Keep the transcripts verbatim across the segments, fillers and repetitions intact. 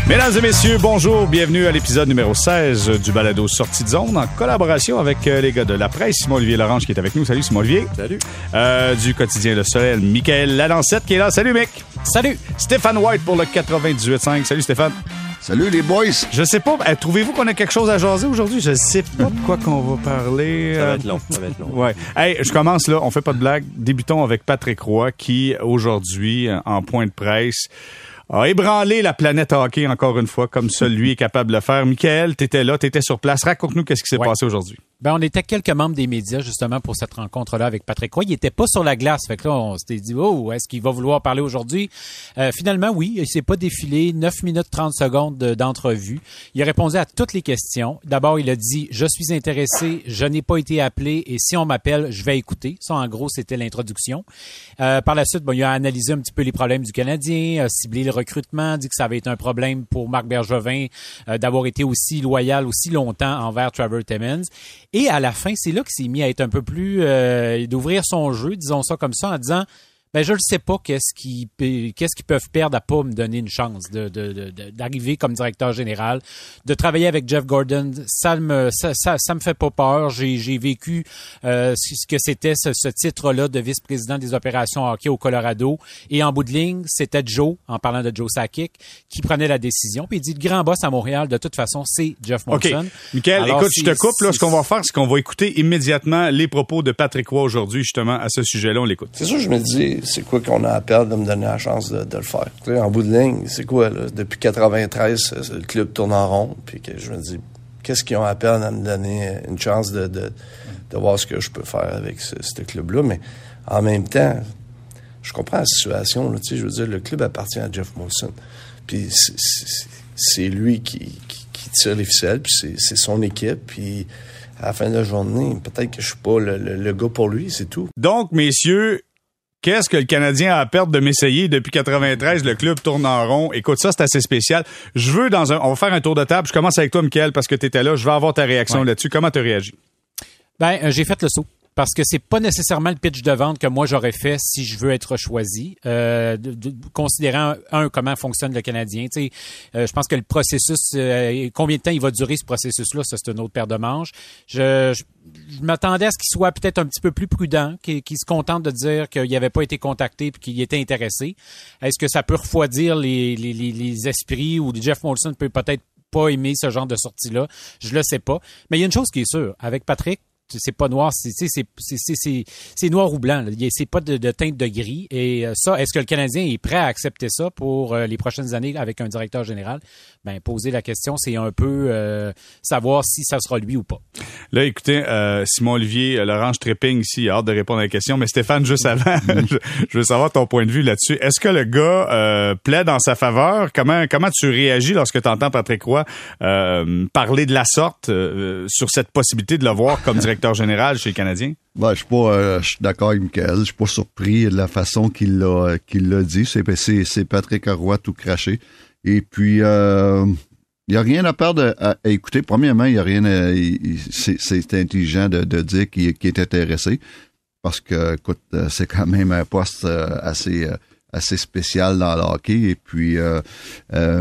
Mesdames et messieurs, bonjour, bienvenue à l'épisode numéro seize du balado Sortie de zone en collaboration avec les gars de La Presse, Simon-Olivier Lorange qui est avec nous. Salut Simon-Olivier. Salut. Euh, du quotidien Le Soleil, Michael Lalancette qui est là. Salut Mick. Salut. Stéphane White pour le quatre-vingt-dix-huit cinq. Salut Stéphane. Salut les boys. Je sais pas, euh, trouvez-vous qu'on a quelque chose à jaser aujourd'hui? Je sais pas de quoi qu'on va parler. Ça va être long, ça va être long. Ouais. Hey, je commence là, on fait pas de blague. Débutons avec Patrick Roy qui, aujourd'hui, en point de presse, a ébranlé la planète hockey encore une fois, comme seul lui est capable de le faire. Michael, t'étais là, t'étais sur place. Raconte-nous qu'est-ce qui s'est ouais. passé aujourd'hui. Ben, on était quelques membres des médias, justement, pour cette rencontre-là avec Patrick Roy. Il était pas sur la glace. Fait que là, on s'était dit, oh, est-ce qu'il va vouloir parler aujourd'hui? Euh, finalement, oui. Il s'est pas défilé. neuf minutes trente secondes de, d'entrevue. Il a répondu à toutes les questions. D'abord, il a dit, je suis intéressé, je n'ai pas été appelé et si on m'appelle, je vais écouter. Ça, en gros, c'était l'introduction. Euh, par la suite, bon, il a analysé un petit peu les problèmes du Canadien, a ciblé le recrutement, dit que ça avait été un problème pour Marc Bergevin euh, d'avoir été aussi loyal aussi longtemps envers Trevor Timmins. Et à la fin, c'est là qu'il s'est mis à être un peu plus... Euh, d'ouvrir son jeu, disons ça comme ça, en disant... Ben, je ne sais pas qu'est-ce qu'ils, qu'est-ce qu'ils peuvent perdre à pas me donner une chance de, de, de, de, d'arriver comme directeur général, de travailler avec Jeff Gordon. Ça me, ça, ça, ça me fait pas peur. J'ai, j'ai vécu euh, ce que c'était ce, ce titre-là de vice-président des opérations hockey au Colorado. Et en bout de ligne, c'était Joe, en parlant de Joe Sakic, qui prenait la décision. Puis il dit, le grand boss à Montréal, de toute façon, c'est Jeff Molson. OK. Michael, alors, écoute, je te coupe. Là, ce qu'on va faire, c'est qu'on va écouter immédiatement les propos de Patrick Roy aujourd'hui, justement, à ce sujet-là. On l'écoute. C'est sûr, je me dis, c'est quoi qu'on a à perdre de me donner la chance de, de le faire? Tu sais, en bout de ligne, c'est quoi, là? Depuis quatre-vingt-treize, le club tourne en rond, puis que je me dis, qu'est-ce qu'ils ont à perdre à me donner une chance de, de, de voir ce que je peux faire avec ce, ce club-là? Mais en même temps, je comprends la situation, là, tu sais, je veux dire, le club appartient à Jeff Molson. Puis c'est, c'est, c'est lui qui, qui, qui tire les ficelles, puis c'est, c'est son équipe, puis à la fin de la journée, peut-être que je suis pas le, le, le gars pour lui, c'est tout. Donc, messieurs, qu'est-ce que le Canadien a à perdre de m'essayer? Depuis quatre-vingt-treize, le club tourne en rond. Écoute, ça, c'est assez spécial. Je veux dans un... On va faire un tour de table. Je commence avec toi, Michael, parce que tu étais là. Je veux avoir ta réaction ouais. là-dessus. Comment tu as réagi? Ben, euh, j'ai fait le saut. Parce que c'est pas nécessairement le pitch de vente que moi j'aurais fait si je veux être choisi. Euh, de, de, considérant, un, comment fonctionne le Canadien. Tu sais, euh, je pense que le processus, euh, combien de temps il va durer ce processus-là, ça c'est une autre paire de manches. Je, je, je m'attendais à ce qu'il soit peut-être un petit peu plus prudent, qu'il, qu'il se contente de dire qu'il n'avait pas été contacté puis qu'il était intéressé. Est-ce que ça peut refroidir les, les, les, les esprits ou Jeff Molson peut peut-être pas aimer ce genre de sortie-là? Je le sais pas. Mais il y a une chose qui est sûre. Avec Patrick, c'est pas noir, c'est c'est c'est c'est c'est, c'est noir ou blanc. Là. C'est pas de, de teinte de gris. Et ça, est-ce que le Canadien est prêt à accepter ça pour les prochaines années avec un directeur général? Ben poser la question, c'est un peu euh, savoir si ça sera lui ou pas. Là, écoutez, euh, Simon-Olivier Lorange trépigne ici, il a hâte de répondre à la question. Mais Stéphane, juste avant, je, je veux savoir ton point de vue là-dessus. Est-ce que le gars euh, plaide en sa faveur? Comment comment tu réagis lorsque tu entends Patrick Roy euh, parler de la sorte euh, sur cette possibilité de le voir comme directeur général chez les Canadiens? Ben, je suis pas, euh, je suis d'accord avec Michael. Je suis pas surpris de la façon qu'il l'a, qu'il l'a dit. C'est, c'est, c'est Patrick Roy tout craché. Et puis, euh, il y a rien à perdre à, à écouter. Premièrement, il y a rien à, il, c'est, c'est intelligent de, de dire qu'il, qu'il est intéressé. Parce que, écoute, c'est quand même un poste assez, assez spécial dans le hockey. Et puis, euh, euh,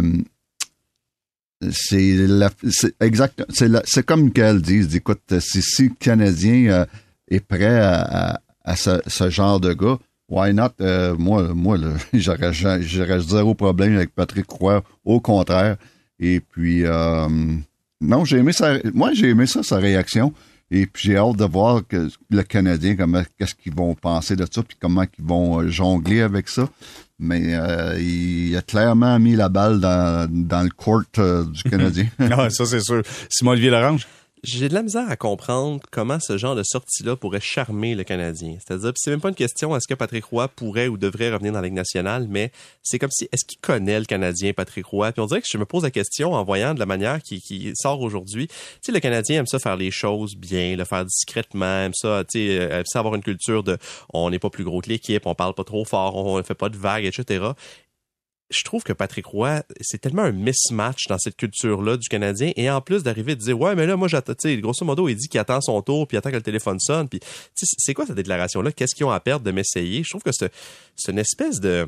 C'est, la, c'est exact. C'est, la, c'est comme Michael dit. Il dit, écoute, si, si le Canadien euh, est prêt à, à, à ce, ce genre de gars, why not? Euh, moi, moi, là, j'aurais, j'aurais zéro problème avec Patrick Roy. Au contraire. Et puis, euh, non, j'ai aimé ça. Moi, j'ai aimé ça, sa réaction. Et puis, j'ai hâte de voir que le Canadien, comment, qu'est-ce qu'ils vont penser de ça, puis comment ils vont jongler avec ça. Mais euh, il a clairement mis la balle dans, dans le court euh, du Canadien. Ah, ça, c'est sûr. Simon-Olivier Lorange? J'ai de la misère à comprendre comment ce genre de sortie-là pourrait charmer le Canadien. C'est-à-dire, puis c'est même pas une question est-ce que Patrick Roy pourrait ou devrait revenir dans la Ligue nationale, mais c'est comme si, est-ce qu'il connaît le Canadien, Patrick Roy? Puis on dirait que je me pose la question en voyant de la manière qui, qui sort aujourd'hui. Tu sais, le Canadien aime ça faire les choses bien, le faire discrètement, aime ça, tu sais, aime ça avoir une culture de on n'est pas plus gros que l'équipe, on parle pas trop fort, on ne fait pas de vagues, et cetera. Je trouve que Patrick Roy, c'est tellement un mismatch dans cette culture-là du Canadien. Et en plus d'arriver de dire, ouais, mais là, moi, j'attends, tu sais, grosso modo, il dit qu'il attend son tour, puis il attend que le téléphone sonne. Puis, tu sais, c'est quoi cette déclaration-là? Qu'est-ce qu'ils ont à perdre de m'essayer? Je trouve que c'est, c'est une espèce de,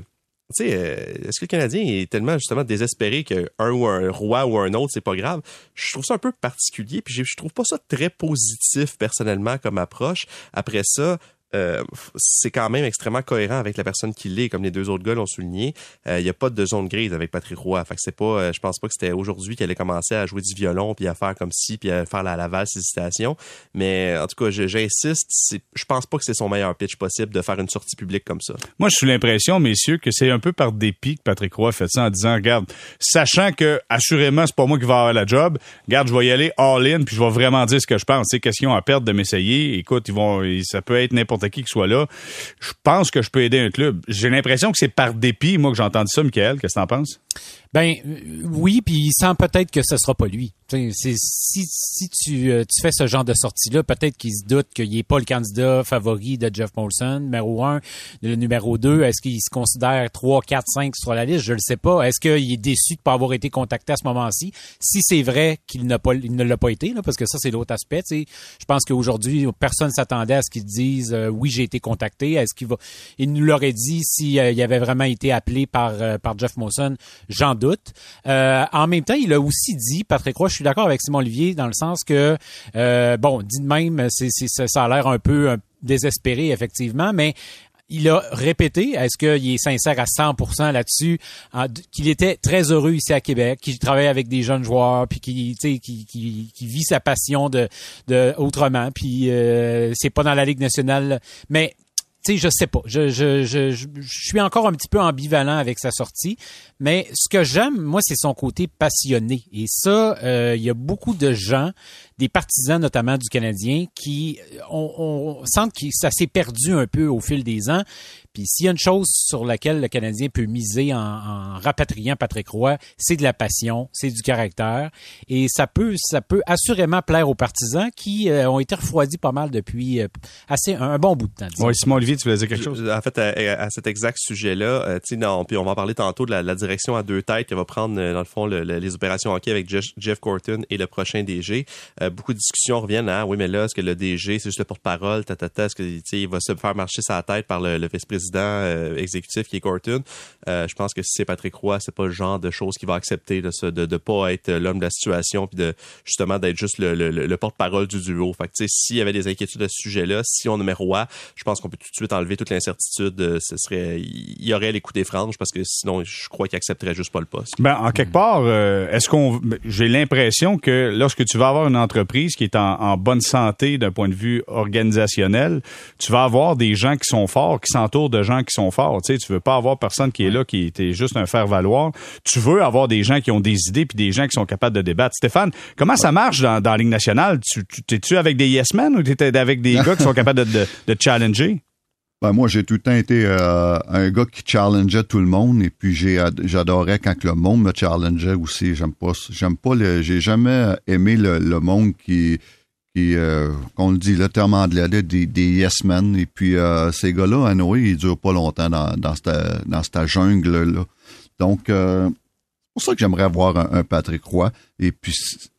tu sais, euh, est-ce que le Canadien est tellement justement désespéré qu'un ou un roi ou un autre, c'est pas grave? Je trouve ça un peu particulier, puis je, je trouve pas ça très positif personnellement comme approche. Après ça, Euh, c'est quand même extrêmement cohérent avec la personne qui l'est, comme les deux autres gars l'ont souligné. Il euh, n'y a pas de zone grise avec Patrick Roy. Fait que c'est pas, euh, je pense pas que c'était aujourd'hui qu'elle allait commencer à jouer du violon puis à faire comme ci puis à faire la, la valse hésitation. Mais en tout cas, je, j'insiste, c'est, je pense pas que c'est son meilleur pitch possible de faire une sortie publique comme ça. Moi, je suis l'impression, messieurs, que c'est un peu par dépit que Patrick Roy fait ça en disant, regarde, sachant que assurément c'est pas moi qui vais avoir la job, regarde, je vais y aller all-in puis je vais vraiment dire ce que je pense. C'est question à perdre de m'essayer. Écoute, ils vont, ça peut être n'importe qui qui soit là, je pense que je peux aider un club. J'ai l'impression que c'est par dépit, moi, que j'ai entendu ça, Michael. Qu'est-ce que t'en penses? Ben oui, puis il sent peut-être que ce sera pas lui. C'est, si si tu, euh, tu fais ce genre de sortie-là, peut-être qu'il se doute qu'il n'est pas le candidat favori de Jeff Molson, numéro un. Le numéro deux, est-ce qu'il se considère trois, quatre, cinq sur la liste? Je le sais pas. Est-ce qu'il est déçu de pas avoir été contacté à ce moment-ci? Si c'est vrai qu'il n'a pas, il ne l'a pas été, là, parce que ça, c'est l'autre aspect. T'sais. Je pense qu'aujourd'hui, personne s'attendait à ce qu'ils disent euh, oui, j'ai été contacté. Est-ce qu'il va. Il nous l'aurait dit s'il euh, avait vraiment été appelé par, euh, par Jeff Molson. J'en doute. Euh, en même temps, il a aussi dit, Patrick Roy, je suis d'accord avec Simon Olivier, dans le sens que, euh, bon, dit de même, c'est, c'est, ça a l'air un peu un, désespéré, effectivement, mais il a répété, est-ce qu'il est sincère à cent pour cent là-dessus, en, qu'il était très heureux ici à Québec, qu'il travaille avec des jeunes joueurs, puis qu'il, tu sais, qu'il, qu'il, qu'il vit sa passion de, de autrement, puis euh, c'est pas dans la Ligue nationale, mais tu sais, je sais pas. Je, je, je, je, je suis encore un petit peu ambivalent avec sa sortie. Mais ce que j'aime, moi, c'est son côté passionné. Et ça, euh, il y a beaucoup de gens, des partisans notamment du Canadien, qui on, on sentent que ça s'est perdu un peu au fil des ans. Puis s'il y a une chose sur laquelle le Canadien peut miser en, en rapatriant Patrick Roy, c'est de la passion, c'est du caractère. Et ça peut ça peut assurément plaire aux partisans qui euh, ont été refroidis pas mal depuis euh, assez un, un bon bout de temps. Oui, Simon Olivier, tu voulais dire quelque chose? En fait, à, à cet exact sujet-là, euh, tu sais, non, puis on va en parler tantôt de la, la direction à deux têtes qui va prendre, euh, dans le fond, le, le, les opérations hockey avec Jeff, Jeff Gorton et le prochain D G. Euh, beaucoup de discussions reviennent à, oui, mais là, est-ce que le D G, c'est juste le porte-parole, tatata, est-ce que, tu sais, il va se faire marcher sa tête par le, le vice-président euh, exécutif qui est Gorton? Euh, je pense que si c'est Patrick Roy, c'est pas le genre de choses qu'il va accepter, de, de, de pas être l'homme de la situation, puis de, justement, d'être juste le, le, le porte-parole du duo. Fait que, tu sais, s'il y avait des inquiétudes à ce sujet-là, si on nommait Roy, je pense qu'on peut tout de suite enlever toute l'incertitude. Euh, ce serait, il y aurait les coups des franges parce que sinon, je crois qu'il accepterait juste pas le poste. Ben, en quelque part, euh, est-ce qu'on, j'ai l'impression que lorsque tu vas avoir une entreprise qui est en, en bonne santé d'un point de vue organisationnel, tu vas avoir des gens qui sont forts, qui s'entourent de gens qui sont forts. Tu sais, tu veux pas avoir personne qui est là, qui était juste un faire-valoir. Tu veux avoir des gens qui ont des idées puis des gens qui sont capables de débattre. Stéphane, comment ça marche dans, dans la Ligue nationale? Tu, tu, t'es-tu avec des yes men ou t'es avec des gars qui sont capables de, de, de challenger? Ben moi, j'ai tout le temps été euh, un gars qui challengeait tout le monde et puis j'ai j'adorais quand le monde me challengeait aussi. J'aime pas j'aime pas le j'ai jamais aimé le, le monde qui qui euh, qu'on le dit le terme anglais des, des yes men et puis euh, ces gars-là à Noé, ils durent pas longtemps dans dans cette dans cette jungle là. Donc euh, c'est pour ça que j'aimerais avoir un, un Patrick Roy et puis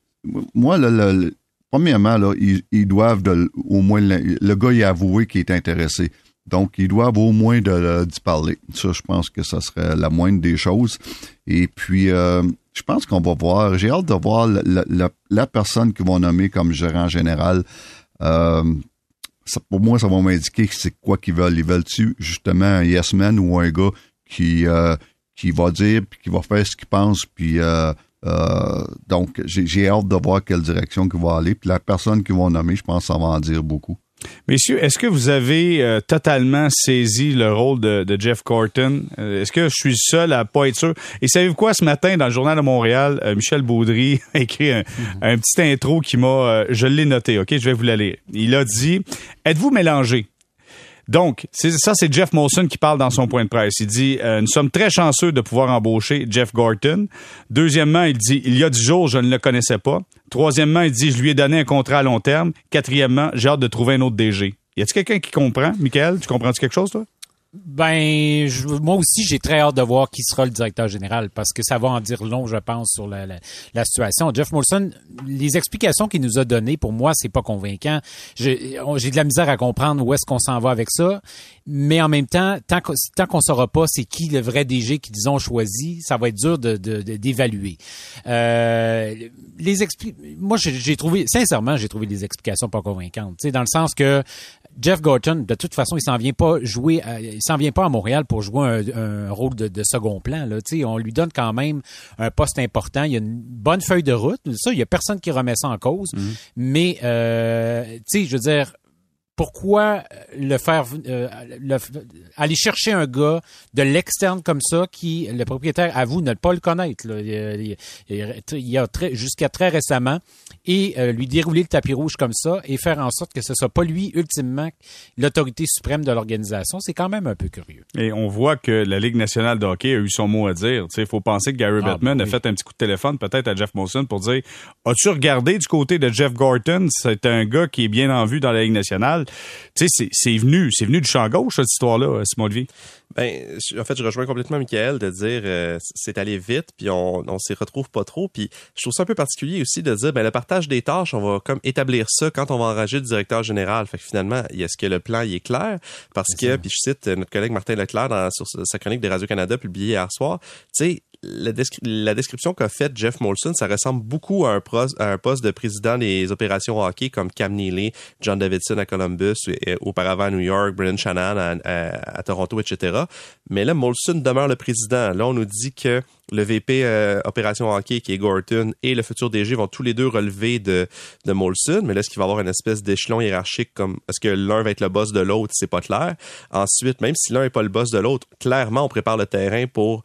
moi le, le, le premièrement là, ils, ils doivent de, au moins le, le gars il a avoué qu'il est intéressé. Donc, ils doivent au moins de, d'y parler. Ça, je pense que ça serait la moindre des choses. Et puis, euh, je pense qu'on va voir, j'ai hâte de voir la, la, la personne qu'ils vont nommer comme gérant général. Euh, ça, pour moi, ça va m'indiquer c'est quoi qu'ils veulent. Ils veulent-tu justement un yes man ou un gars qui, euh, qui va dire puis qui va faire ce qu'il pense. Puis, euh, euh, donc, j'ai, j'ai hâte de voir quelle direction qu'ils vont aller. Puis la personne qu'ils vont nommer, je pense que ça va en dire beaucoup. Messieurs, est-ce que vous avez euh, totalement saisi le rôle de, de Jeff Gorton? Euh, est-ce que je suis seul à pas être sûr? Et savez-vous quoi, ce matin, dans le Journal de Montréal, euh, Michel Baudry a écrit un, mm-hmm. un petit intro qui m'a... Euh, je l'ai noté, OK? Je vais vous la lire. Il a dit « Êtes-vous mélangé? » Donc, c'est, ça, c'est Jeff Molson qui parle dans son point de presse. Il dit euh, « Nous sommes très chanceux de pouvoir embaucher Jeff Gorton. » Deuxièmement, il dit « Il y a dix jours, je ne le connaissais pas. » Troisièmement, il dit « Je lui ai donné un contrat à long terme. » Quatrièmement, « J'ai hâte de trouver un autre D G. » Y a-t-il quelqu'un qui comprend? Michael, tu comprends-tu quelque chose, toi? Ben, je, moi aussi, j'ai très hâte de voir qui sera le directeur général parce que ça va en dire long, je pense, sur la, la, la situation. Jeff Molson, les explications qu'il nous a données, pour moi, c'est pas convaincant. J'ai, j'ai de la misère à comprendre où est-ce qu'on s'en va avec ça, mais en même temps, tant, que, tant qu'on saura pas c'est qui le vrai D G qu'ils ont choisi, ça va être dur de, de, de d'évaluer. Euh, les expli- moi, j'ai, j'ai trouvé, sincèrement, j'ai trouvé les explications pas convaincantes. Tu sais, dans le sens que Jeff Gorton, de toute façon, il s'en vient pas jouer, à, il s'en vient pas à Montréal pour jouer un, un rôle de, de second plan. Là, tu sais, on lui donne quand même un poste important. Il y a une bonne feuille de route. Ça, il y a personne qui remet ça en cause. Mm-hmm. Mais, euh, tu sais, je veux dire, pourquoi le faire, euh, le, aller chercher un gars de l'externe comme ça qui, le propriétaire avoue ne pas le connaître, là. Il, il, il y a très, jusqu'à très récemment, et euh, lui dérouler le tapis rouge comme ça et faire en sorte que ce soit pas lui ultimement l'autorité suprême de l'organisation, c'est quand même un peu curieux. Et on voit que la Ligue nationale de hockey a eu son mot à dire. Il faut penser que Gary ah, Bettman ben oui. a fait un petit coup de téléphone peut-être à Jeff Molson pour dire « As-tu regardé du côté de Jeff Gorton? C'est un gars qui est bien en vue dans la Ligue nationale. » Tu sais, c'est, c'est venu, c'est venu du champ gauche, cette histoire-là, Simon Olivier. Ben, en fait, je rejoins complètement Michael de dire euh, c'est allé vite, puis on, on s'y retrouve pas trop. Puis je trouve ça un peu particulier aussi de dire ben le partage des tâches, on va comme établir ça quand on va enrager le directeur général. Fait que finalement, est-ce que le plan il est clair? Parce c'est que, puis je cite notre collègue Martin Leclerc dans, sur sa chronique de Radio-Canada publiée hier soir, tu sais, La, descri- la description qu'a faite Jeff Molson, ça ressemble beaucoup à un, pros- à un poste de président des opérations hockey comme Cam Neely, John Davidson à Columbus, et, et auparavant à New York, Brendan Shanahan à, à, à Toronto, et cetera. Mais là, Molson demeure le président. Là, on nous dit que le V P euh, opération hockey, qui est Gorton, et le futur D G vont tous les deux relever de, de Molson. Mais là, est-ce qu'il va y avoir une espèce d'échelon hiérarchique comme est-ce que l'un va être le boss de l'autre? C'est pas clair. Ensuite, même si l'un n'est pas le boss de l'autre, clairement, on prépare le terrain pour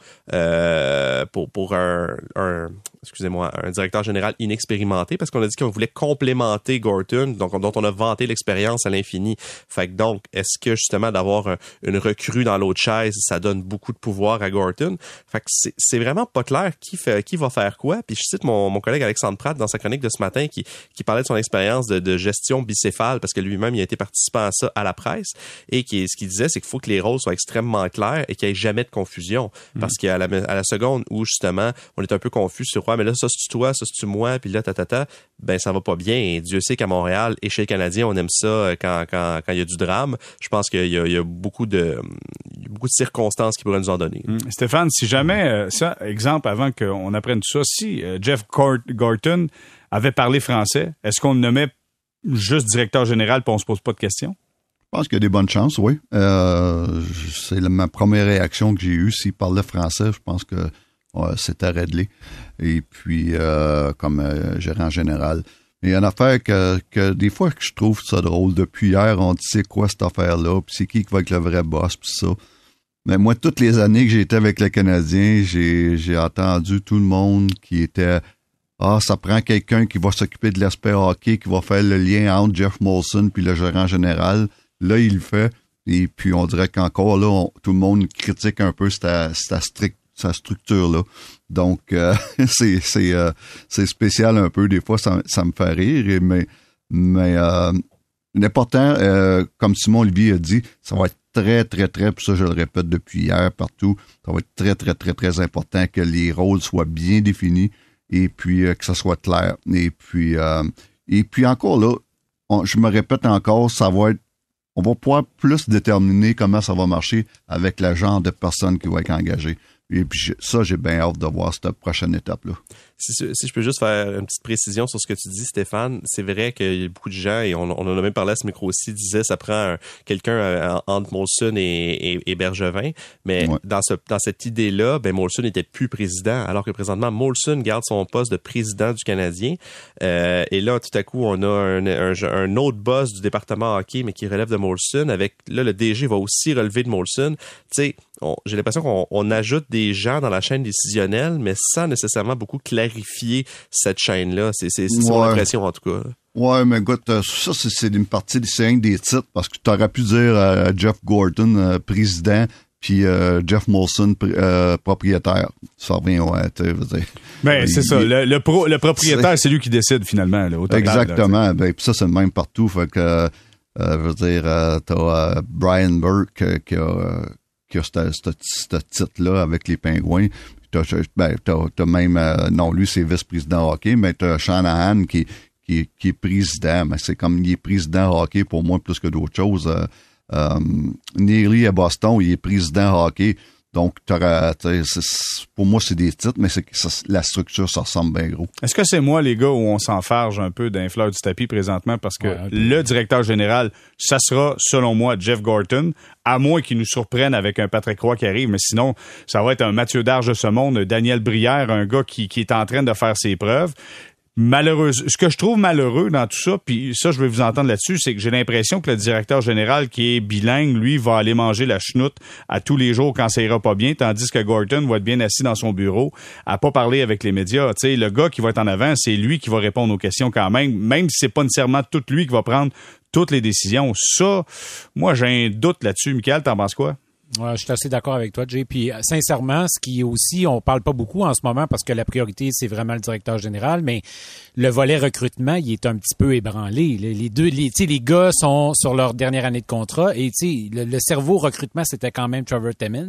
euh, pour pour un, un excusez-moi, un directeur général inexpérimenté, parce qu'on a dit qu'on voulait complémenter Gorton, donc dont on a vanté l'expérience à l'infini. Fait que donc, est-ce que justement d'avoir un, une recrue dans l'autre chaise, ça donne beaucoup de pouvoir à Gorton? Fait que c'est, c'est vraiment pas clair qui fait qui va faire quoi. Puis je cite mon, mon collègue Alexandre Pratt dans sa chronique de ce matin qui, qui parlait de son expérience de, de gestion bicéphale, parce que lui-même il a été participant à ça à la presse, et qui, ce qu'il disait, c'est qu'il faut que les rôles soient extrêmement clairs et qu'il n'y ait jamais de confusion. Mmh. Parce qu'à la, à la seconde où justement on est un peu confus sur ouais, mais là ça c'est toi, ça c'est moi, puis là tatata, ben ça va pas bien. Et Dieu sait qu'à Montréal et chez les Canadiens on aime ça quand quand quand il y a du drame. Je pense qu'il y a, il y a beaucoup de il y a beaucoup de circonstances qui pourraient nous en donner. Mmh. Stéphane, si jamais euh, ça, exemple avant qu'on apprenne tout ça, si euh, Jeff Gorton avait parlé français, est-ce qu'on le nommait juste directeur général puis on se pose pas de questions? Je pense qu'il y a des bonnes chances, oui. Euh, c'est la, ma première réaction que j'ai eue. S'il parlait français, je pense que ouais, c'était réglé. Et puis, euh, comme euh, gérant général. Mais il y a une affaire que, que des fois que je trouve ça drôle. Depuis hier, on dit c'est quoi cette affaire-là, puis c'est qui qui va être le vrai boss, puis ça. Mais moi, toutes les années que j'ai été avec les Canadiens, j'ai, j'ai entendu tout le monde qui était « Ah, ça prend quelqu'un qui va s'occuper de l'aspect hockey, qui va faire le lien entre Jeff Molson puis le gérant général. » Là, il le fait. Et puis, on dirait qu'encore là, on, tout le monde critique un peu sa, sa, strict, sa structure-là. Donc, euh, c'est, c'est, euh, c'est spécial un peu. Des fois, ça, ça me fait rire. Et, mais mais euh, l'important, euh, comme Simon Olivier a dit, ça va être très, très, très, puis ça, je le répète depuis hier partout, ça va être très, très, très, très important que les rôles soient bien définis et puis euh, que ça soit clair. Et puis, euh, et puis encore là, on, je me répète encore, ça va être on va pouvoir plus déterminer comment ça va marcher avec le genre de personnes qui vont être engagées. Et puis ça, j'ai bien hâte de voir cette prochaine étape-là. Si, si je peux juste faire une petite précision sur ce que tu dis, Stéphane, c'est vrai qu'il y a beaucoup de gens, et on, on en a même parlé à ce micro aussi, disaient ça prend un, quelqu'un entre Molson et, et, et Bergevin, mais ouais. dans, ce, dans cette idée-là, ben Molson n'était plus président, alors que présentement, Molson garde son poste de président du Canadien. Euh, et là, tout à coup, on a un, un, un autre boss du département hockey, mais qui relève de Molson. Avec là, le D G va aussi relever de Molson. Tu sais, on, j'ai l'impression qu'on on ajoute des gens dans la chaîne décisionnelle, mais sans nécessairement beaucoup clarifier cette chaîne-là. C'est, c'est, c'est ouais. mon impression, en tout cas. Ouais, mais écoute, ça, c'est, c'est une partie des cinq des titres, parce que tu aurais pu dire euh, Jeff Gorton, euh, président, puis euh, Jeff Molson, euh, propriétaire. Ça revient, ouais, tu sais. Ben, c'est il, ça. Le, le, pro, le propriétaire, c'est... c'est lui qui décide, finalement. Là, au total, exactement. Là, ben, puis ça, c'est le même partout. Fait que... euh, je veux dire, euh, t'as euh, Brian Burke euh, qui a, euh, qui a ce titre-là avec les Pingouins. T'as, ben, t'as, t'as même, euh, non, lui, c'est vice-président hockey, mais t'as Shanahan qui, qui, qui est président. Mais c'est comme, il est président hockey pour moi plus que d'autres choses. Euh, euh, Neely à Boston, il est président hockey. Donc, pour moi, c'est des titres, mais c'est, ça, la structure, ça ressemble bien gros. Est-ce que c'est moi, les gars, où on s'enfarge un peu d'un fleur du tapis présentement? Parce que ouais, le directeur général, ça sera, selon moi, Jeff Gorton, à moins qu'il nous surprenne avec un Patrick Roy qui arrive. Mais sinon, ça va être un Mathieu Darche de ce monde, Daniel Brière, un gars qui, qui est en train de faire ses preuves. Malheureuse. Ce que je trouve malheureux dans tout ça, puis ça, je vais vous entendre là-dessus, c'est que j'ai l'impression que le directeur général qui est bilingue, lui, va aller manger la chenoute à tous les jours quand ça ira pas bien, tandis que Gorton va être bien assis dans son bureau à pas parler avec les médias. Tu sais, le gars qui va être en avant, c'est lui qui va répondre aux questions quand même, même si c'est pas nécessairement tout lui qui va prendre toutes les décisions. Ça, moi, j'ai un doute là-dessus. Michael, t'en penses quoi? Ouais, je suis assez d'accord avec toi, Jay. Puis sincèrement, ce qui est aussi, on parle pas beaucoup en ce moment parce que la priorité, c'est vraiment le directeur général, mais le volet recrutement, il est un petit peu ébranlé. Les deux, les, tu sais, les gars sont sur leur dernière année de contrat et tu sais, le, le cerveau recrutement, c'était quand même Trevor Timmins.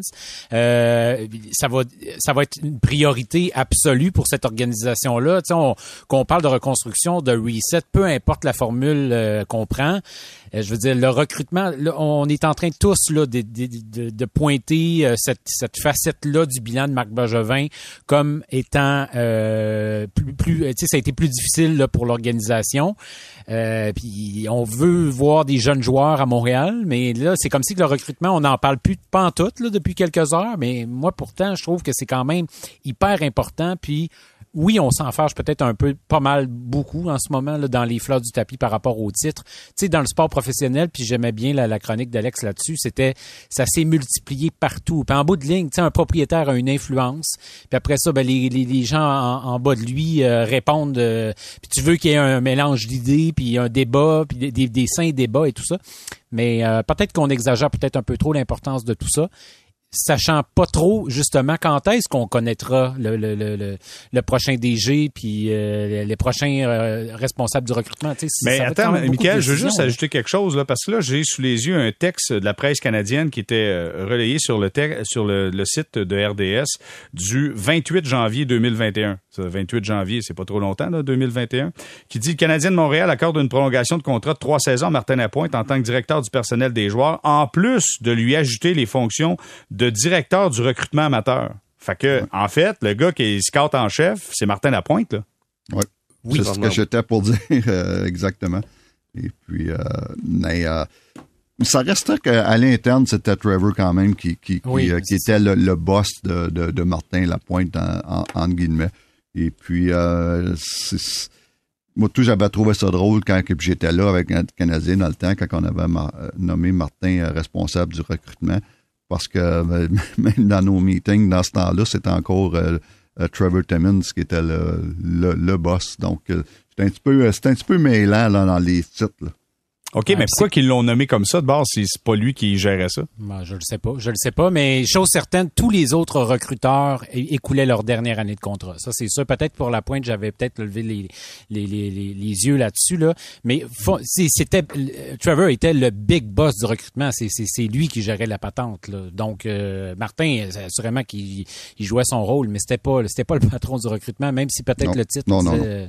Euh, ça va, ça va être une priorité absolue pour cette organisation-là. Tu sais, on, qu'on parle de reconstruction, de reset, peu importe la formule euh, qu'on prend. Euh, je veux dire, le recrutement, là, on est en train tous là de, de, de de pointer euh, cette, cette facette-là du bilan de Marc Bergevin comme étant euh, plus, plus tu sais, ça a été plus difficile là, pour l'organisation. Euh, puis on veut voir des jeunes joueurs à Montréal, mais là, c'est comme si que le recrutement, on n'en parle plus pas en tout là, depuis quelques heures, mais moi, pourtant, je trouve que c'est quand même hyper important, puis oui, on s'en fâche peut-être un peu, pas mal, beaucoup en ce moment là, dans les fleurs du tapis par rapport au titre. Tu sais, dans le sport professionnel, puis j'aimais bien la, la chronique d'Alex là-dessus, c'était, ça s'est multiplié partout. Puis en bout de ligne, tu sais, un propriétaire a une influence, puis après ça, ben les, les, les gens en, en bas de lui euh, répondent, euh, puis tu veux qu'il y ait un mélange d'idées, puis un débat, puis des, des, des sains débats et tout ça. Mais euh, peut-être qu'on exagère peut-être un peu trop l'importance de tout ça. Sachant pas trop, justement, quand est-ce qu'on connaîtra le, le, le, le prochain D G puis euh, les prochains euh, responsables du recrutement. Tu sais, mais ça attends, Michael, je veux juste ajouter quelque chose, là, parce que là, j'ai sous les yeux un texte de la presse canadienne qui était euh, relayé sur le te- sur le, le site de R D S du vingt-huit janvier deux mille vingt et un. Ça, vingt-huit janvier, c'est pas trop longtemps, là, deux mille vingt et un, qui dit « Le Canadien de Montréal accorde une prolongation de contrat de trois saisons à Martin Lapointe en tant que directeur du personnel des joueurs, en plus de lui ajouter les fonctions de directeur du recrutement amateur. » Fait que, ouais. En fait, le gars qui est scout en chef, c'est Martin Lapointe, là. Ouais. Oui, c'est ce que j'étais pour dire, euh, exactement. Et puis, euh, mais, euh, ça reste qu'à l'interne, c'était Trevor quand même qui, qui, oui, qui, euh, qui était le, le boss de, de, de Martin Lapointe, en, en, en guillemets. Et puis, euh, c'est, moi, tout, j'avais trouvé ça drôle quand j'étais là avec un Canadien dans le temps, quand on avait mar- nommé Martin responsable du recrutement. Parce que euh, même dans nos meetings, dans ce temps-là, c'était encore euh, euh, Trevor Timmins qui était le, le, le boss. Donc, euh, c'était un petit peu, c'était un petit peu mêlant là, dans les titres. Là. OK, ouais, mais pourquoi qu'ils l'ont nommé comme ça de base si c'est pas lui qui gérait ça? Ben, je le sais pas, je le sais pas, mais chose certaine, tous les autres recruteurs é- écoulaient leur dernière année de contrat. Ça, c'est sûr. Peut-être pour Lapointe, j'avais peut-être levé les, les, les, les, les yeux là-dessus, là. Mais c'est, c'était, Trevor était le big boss du recrutement. C'est, c'est, c'est lui qui gérait la patente, là. Donc, euh, Martin, assurément qu'il il jouait son rôle, mais c'était pas, c'était pas le patron du recrutement, même si peut-être non, le titre non, disait, non, non.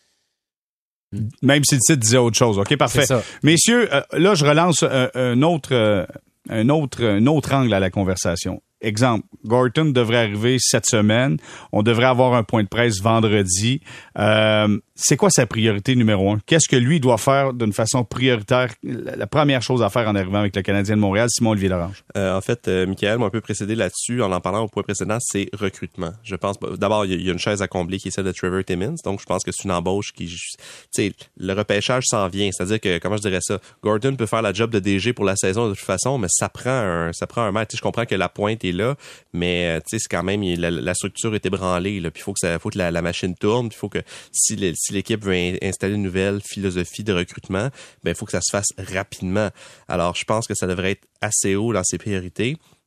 Même si le titre disait autre chose. OK, parfait. Messieurs, euh, là, je relance euh, un autre, euh, un autre, un autre angle à la conversation. Exemple, Gorton devrait arriver cette semaine. On devrait avoir un point de presse vendredi. Euh, c'est quoi sa priorité numéro un? Qu'est-ce que lui doit faire d'une façon prioritaire? La première chose à faire en arrivant avec le Canadien de Montréal, Simon-Olivier Lorange. Euh, en fait, euh, Michael m'a un peu précédé là-dessus en en parlant au point précédent, c'est recrutement. Je pense, d'abord, il y, y a une chaise à combler qui est celle de Trevor Timmins. Donc, je pense que c'est une embauche qui, tu sais, le repêchage s'en vient. C'est-à-dire que, comment je dirais ça, Gorton peut faire la job de D G pour la saison de toute façon, mais ça prend un, ça prend un match. Tu sais, je comprends que la pointe est là, mais tu sais, c'est quand même, la, la structure est ébranlée, là. Puis il faut que ça, faut que la, la machine tourne. Puis il faut que, si, les, si l'équipe veut in, installer une nouvelle philosophie de recrutement, ben il faut que ça se fasse rapidement. Alors, je pense que ça devrait être assez haut dans ses priorités.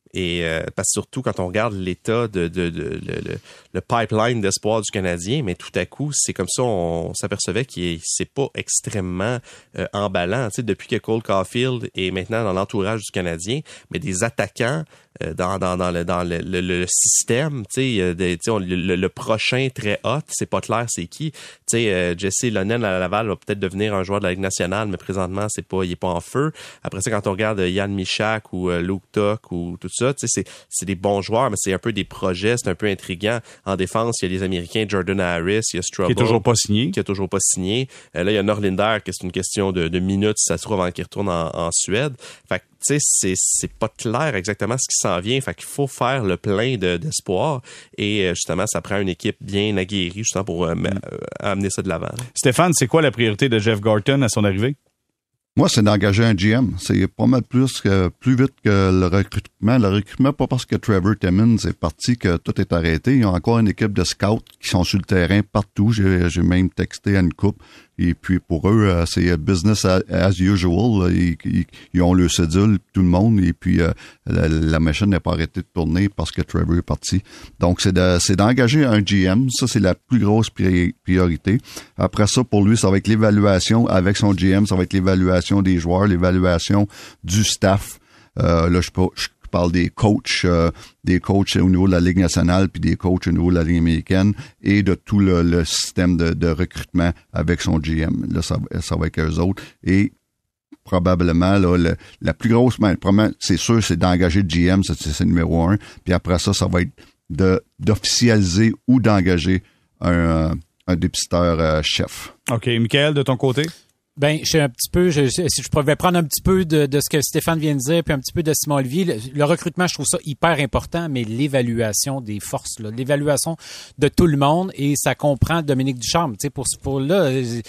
Et euh, parce que surtout quand on regarde l'état de, de, de, de le, le, le pipeline d'espoir du Canadien, mais tout à coup, c'est comme ça on, on s'apercevait qu'il c'est pas extrêmement euh, emballant. Tu sais, depuis que Cole Caulfield est maintenant dans l'entourage du Canadien, mais des attaquants euh, dans, dans, dans, le, dans le, le, le système, tu sais, de, tu sais, on, le, le prochain très hot, c'est pas clair c'est qui. Tu sais, euh, Jesse Lonen à Laval va peut-être devenir un joueur de la Ligue nationale, mais présentement, c'est pas, il est pas en feu. Après ça, quand on regarde Yann Michak ou euh, Luke Tuck ou tout ça, tu sais, c'est, c'est des bons joueurs, mais c'est un peu des projets, c'est un peu intriguant. En défense, il y a les Américains, Jordan Harris, il y a Strabo. Qui est toujours pas signé. Qui est toujours pas signé. Euh, là, il y a Norlinder, que c'est une question de, de minutes, si ça se trouve, avant qu'il retourne en, en Suède. Fait que, tu sais, c'est, c'est pas clair exactement ce qui s'en vient. Fait qu'il faut faire le plein de, d'espoir. Et justement, ça prend une équipe bien aguerrie, justement, pour euh, mm. amener ça de l'avant. Stéphane, c'est quoi la priorité de Jeff Gorton à son arrivée? Moi, c'est d'engager un G M. C'est pas mal plus que, plus vite que le recrutement. Le recrutement, pas parce que Trevor Timmins est parti que tout est arrêté. Ils ont encore une équipe de scouts qui sont sur le terrain partout. J'ai, j'ai même texté à une coupe. Et puis, pour eux, c'est business as usual. Ils, ils, ils ont le cédule, tout le monde. Et puis, la, la machine n'a pas arrêté de tourner parce que Trevor est parti. Donc, c'est, de, c'est d'engager un G M. Ça, c'est la plus grosse priorité. Après ça, pour lui, ça va être l'évaluation avec son G M. Ça va être l'évaluation des joueurs, l'évaluation du staff. Euh, là, je peux... Je, Je parle des coachs, euh, des coachs au niveau de la Ligue nationale, puis des coachs au niveau de la Ligue américaine, et de tout le, le système de, de recrutement avec son G M. Là, ça, ça va être eux autres. Et probablement, là, le, la plus grosse, ben, c'est sûr, c'est d'engager le G M, c'est, c'est le numéro un. Puis après ça, ça va être de, d'officialiser ou d'engager un, un dépisteur euh, chef. OK. Michael, de ton côté? Ben, je suis un petit peu, je, si je pouvais prendre un petit peu de, de ce que Stéphane vient de dire, puis un petit peu de Simon Olivier. Le, le recrutement, je trouve ça hyper important, mais l'évaluation des forces, là, l'évaluation de tout le monde, et ça comprend Dominique Ducharme. Tu sais, pour, pour là,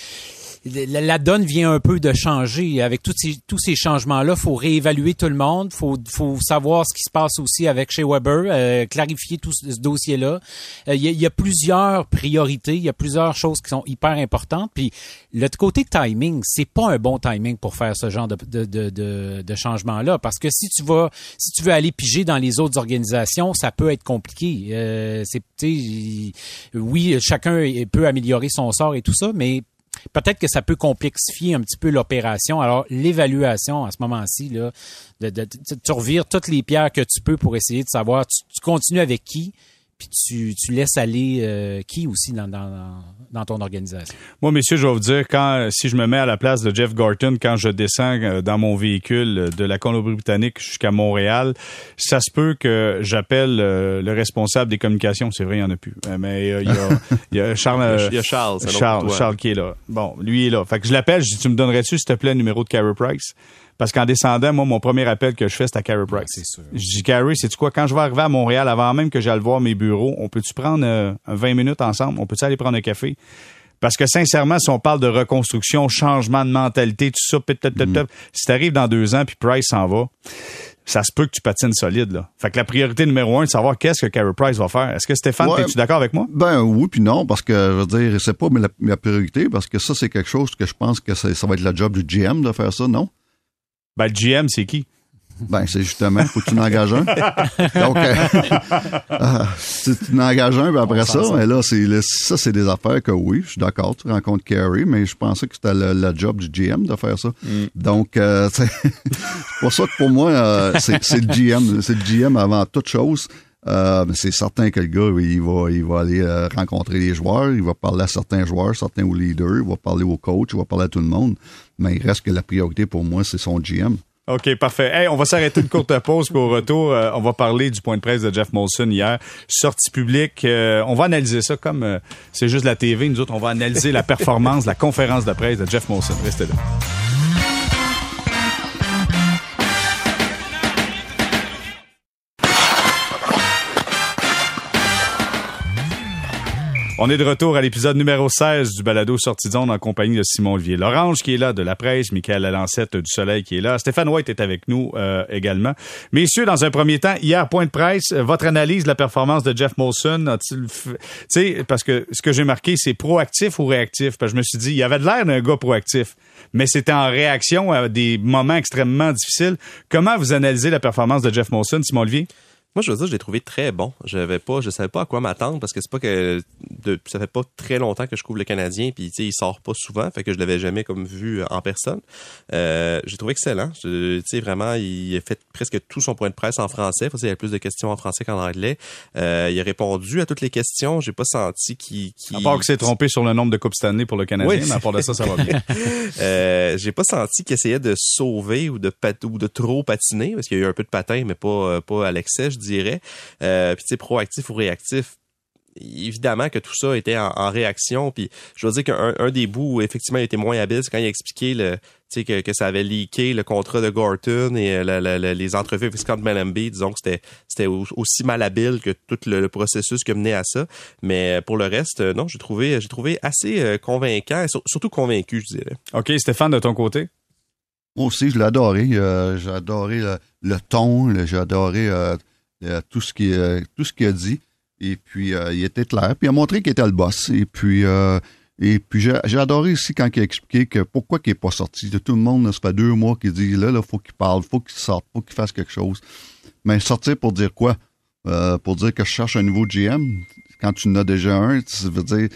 la, la donne vient un peu de changer. Avec tous ces, tous ces changements-là, faut réévaluer tout le monde, faut, faut savoir ce qui se passe aussi avec Shea Weber, euh, clarifier tout ce, ce dossier-là. Il euh, y, y a plusieurs priorités, il y a plusieurs choses qui sont hyper importantes, puis le côté timing, c'est pas un bon timing pour faire ce genre de, de, de, de, de changement-là. Parce que si tu vas, si tu veux aller piger dans les autres organisations, ça peut être compliqué. Euh, c'est, tu sais, oui, chacun peut améliorer son sort et tout ça, mais peut-être que ça peut complexifier un petit peu l'opération. Alors, l'évaluation à ce moment-ci, là, de, de, de, tu revires toutes les pierres que tu peux pour essayer de savoir, tu, tu continues avec qui, puis tu, tu laisses aller euh, qui aussi dans, dans, dans ton organisation. Moi, messieurs, je vais vous dire, quand si je me mets à la place de Jeff Gorton, quand je descends dans mon véhicule de la Colombie-Britannique jusqu'à Montréal, ça se peut que j'appelle euh, le responsable des communications. C'est vrai, il n'y en a plus. Mais euh, il, y a, il y a Charles... Euh, il y a Charles. C'est Charles, Charles qui est là. Bon, lui est là. Fait que je l'appelle, je dis, tu me donnerais-tu, s'il te plaît, le numéro de Carey Price? Parce qu'en descendant, moi, mon premier appel que je fais, c'est à Carey Price. C'est sûr. Je dis, Carey, sais-tu quoi? Quand je vais arriver à Montréal, avant même que j'aille voir mes bureaux, on peut-tu prendre euh, vingt minutes ensemble? On peut-tu aller prendre un café? Parce que sincèrement, si on parle de reconstruction, changement de mentalité, tout ça, peut-être, peut-être, peut-être, si t'arrives dans deux ans puis Price s'en va, ça se peut que tu patines solide, là. Fait que la priorité numéro un, c'est de savoir qu'est-ce que Carey Price va faire. Est-ce que Stéphane, ouais, es-tu d'accord avec moi? Ben oui puis non, parce que, je veux dire, c'est pas la, la priorité, parce que ça, c'est quelque chose que je pense que ça, ça va être le job du G M de faire ça, non? Ben, le G M, c'est qui? Ben, c'est justement, faut que tu en engages un. Donc, euh, euh, si tu en engages un, puis après ça, mais là, c'est, là, ça, c'est des affaires que oui, je suis d'accord, tu rencontres Carey, mais je pensais que c'était le, le job du G M de faire ça. Mm. Donc, euh, c'est, c'est pour ça que pour moi, euh, c'est, c'est le G M. C'est le G M avant toute chose. Euh, c'est certain que le gars, il va, il va aller euh, rencontrer les joueurs, il va parler à certains joueurs, certains aux leaders, il va parler aux coachs, il va parler à tout le monde. Mais il reste que la priorité pour moi, c'est son G M. OK, parfait. Hey, on va s'arrêter une courte pause, puis au retour, euh, on va parler du point de presse de Jeff Molson hier. Sortie publique, euh, on va analyser ça comme euh, c'est juste la T V. Nous autres, on va analyser la performance, la conférence de presse de Jeff Molson. Restez là. On est de retour à l'épisode numéro seize du balado Sortie de zone en compagnie de Simon-Olivier Lorange qui est là, de La Presse, Michael Lalancette du Soleil qui est là, Stéphane White est avec nous euh, également. Messieurs, dans un premier temps, hier, point de presse, votre analyse de la performance de Jeff Molson, tu sais, parce que ce que j'ai marqué, c'est proactif ou réactif? Parce que je me suis dit, il y avait de l'air d'un gars proactif, mais c'était en réaction à des moments extrêmement difficiles. Comment vous analysez la performance de Jeff Molson, Simon-Olivier? Moi, je veux dire, je l'ai trouvé très bon. Je n'avais pas, je savais pas à quoi m'attendre parce que c'est pas que de, ça fait pas très longtemps que je couvre le Canadien, puis tu sais, il sort pas souvent, fait que je l'avais jamais comme vu en personne. Euh, j'ai trouvé excellent. Tu sais, vraiment, il a fait presque tout son point de presse en français. Faut dire, il y a plus de questions en français qu'en anglais. Euh, il a répondu à toutes les questions. J'ai pas senti qu'il, qu'il... À part qu'il s'est trompé sur le nombre de Coupes Stanley pour le Canadien, oui. Mais à part de ça, ça va bien. euh, j'ai pas senti qu'il essayait de sauver ou de pat- ou de trop patiner parce qu'il y a eu un peu de patin, mais pas pas à l'excès, je dirais. Euh, puis tu sais, proactif ou réactif, évidemment que tout ça était en, en réaction. Puis je veux dire qu'un un des bouts où effectivement il était moins habile, c'est quand il a expliqué le, tu sais, que, que ça avait leaké le contrat de Gorton et la, la, la, les entrevues avec Scott Mellanby. Disons que c'était c'était aussi mal habile que tout le, le processus qui menait à ça. Mais pour le reste, non, j'ai trouvé j'ai trouvé assez convaincant et sur, surtout convaincu, je dirais. OK, Stéphane, de ton côté? Moi aussi, je l'ai adoré. Euh, j'ai adoré le, le ton, le, j'ai adoré euh, euh, tout ce qui euh, tout ce qu'il a dit. Et puis, euh, il était clair. Puis, il a montré qu'il était le boss. Et puis, euh, et puis j'ai, j'ai adoré aussi quand il a expliqué que pourquoi il n'est pas sorti. Tout le monde, ça fait deux mois qu'il dit, là, il faut qu'il parle, faut qu'il sorte, faut qu'il fasse quelque chose. Mais sortir pour dire quoi? Euh, pour dire que je cherche un nouveau G M. Quand tu en as déjà un, ça veut dire...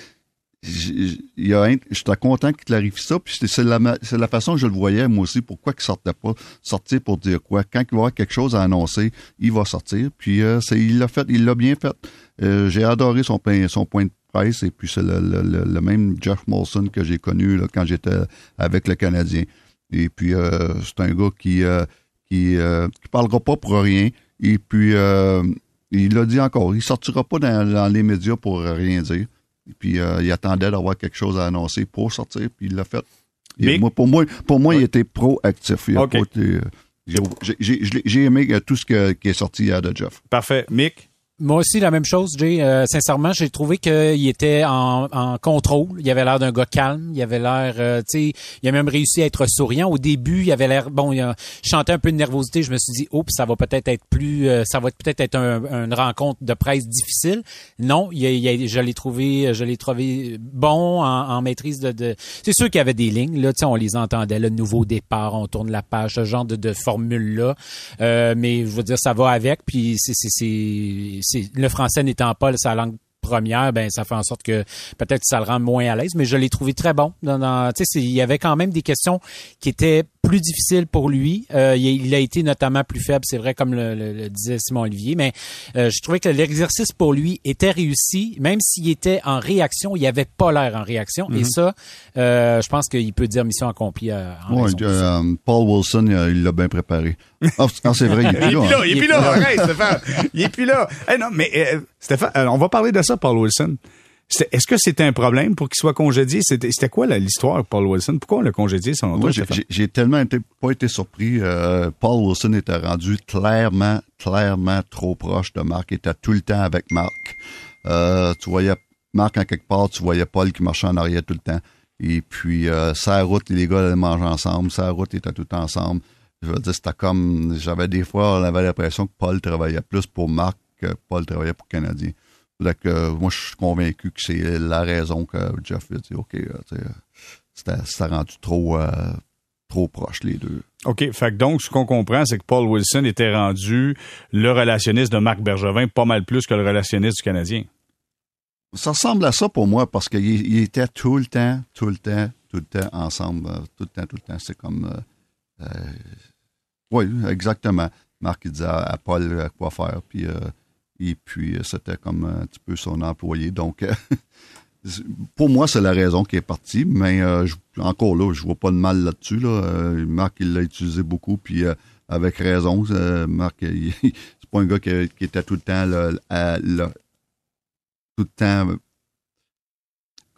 Il y a, j'étais content qu'il clarifie ça, puis c'est la, c'est la façon que je le voyais, moi aussi, pourquoi qu'il sortait pas, sortir pour dire quoi. Quand il va y avoir quelque chose à annoncer, il va sortir, puis euh, c'est, il l'a fait, il l'a bien fait. Euh, j'ai adoré son, son point de presse, et puis c'est le, le, le, le même Jeff Molson que j'ai connu là, quand j'étais avec le Canadien. Et puis, euh, c'est un gars qui euh, qui, euh, qui parlera pas pour rien, et puis euh, il l'a dit encore, il sortira pas dans, dans les médias pour rien dire. Puis euh, il attendait d'avoir quelque chose à annoncer pour sortir, puis il l'a fait. Et moi, pour moi, pour moi, oui. Il était proactif. Il a okay. pas été, euh, j'ai, j'ai, j'ai, j'ai aimé tout ce que, qui est sorti hier de Jeff. Parfait. Mick? Moi aussi, la même chose, Jay. Euh, sincèrement, j'ai trouvé qu'il était en, en contrôle. Il avait l'air d'un gars calme. Il avait l'air, euh, tu sais, il a même réussi à être souriant. Au début, il avait l'air, bon, il a chanté un peu de nervosité. Je me suis dit, oups, ça va peut-être être plus, euh, ça va peut-être être un, une rencontre de presse difficile. Non, il a, il a, je l'ai trouvé, je l'ai trouvé bon en, en maîtrise de, de. C'est sûr qu'il y avait des lignes là, tu sais, on les entendait, le nouveau départ, on tourne la page, ce genre de, de formule là. Euh, mais je veux dire, ça va avec. Puis c'est, c'est, c'est C'est, le français n'étant pas sa langue première, ben ça fait en sorte que peut-être que ça le rend moins à l'aise, mais je l'ai trouvé très bon. Dans, dans, tu sais, il y avait quand même des questions qui étaient plus difficiles pour lui. Euh, il, il a été notamment plus faible, c'est vrai, comme le, le, le disait Simon-Olivier, mais euh, je trouvais que l'exercice pour lui était réussi, même s'il était en réaction, il avait pas l'air en réaction, mm-hmm. Et ça, euh, je pense qu'il peut dire mission accomplie. Euh, en ouais, euh, Paul Wilson, il l'a bien préparé. Ah, oh, c'est vrai, il est plus là. Il est plus là, arrête, Stéphane. Il est plus là. Hey, non, mais euh, Stéphane, on va parler de ça, Paul Wilson. C'était, est-ce que c'était un problème pour qu'il soit congédié? C'était, c'était quoi là, l'histoire, Paul Wilson? Pourquoi on l'a congédié, selon toi, j'ai, j'ai, j'ai tellement été, pas été surpris. Euh, Paul Wilson était rendu clairement, clairement trop proche de Marc. Il était tout le temps avec Marc. Euh, tu voyais Marc en quelque part, tu voyais Paul qui marchait en arrière tout le temps. Et puis, euh, sa route, les gars allaient manger ensemble. Sa route, ils étaient tout ensemble. Je veux dire, c'était comme... J'avais des fois, on avait l'impression que Paul travaillait plus pour Marc que Paul travaillait pour le Canadien. Donc, euh, moi, je suis convaincu que c'est la raison que Jeff a dit, OK, euh, c'était, c'était rendu trop, euh, trop proche, les deux. OK. Fait que donc, ce qu'on comprend, c'est que Paul Wilson était rendu le relationniste de Marc Bergevin pas mal plus que le relationniste du Canadien. Ça ressemble à ça pour moi, parce qu'il il était tout le temps, tout le temps, tout le temps ensemble. Euh, tout le temps, tout le temps. C'est comme... Euh, euh, oui, exactement. Marc, il disait à, à Paul quoi faire, puis... Euh, Et puis, c'était comme un petit peu son employé. Donc, euh, pour moi, c'est la raison qui est partie. Mais euh, je, encore là, je vois pas de mal là-dessus. Là. Euh, Marc, il l'a utilisé beaucoup. Puis, euh, avec raison. Euh, Marc, il, c'est pas un gars qui, qui était tout le temps là, à, là, tout le temps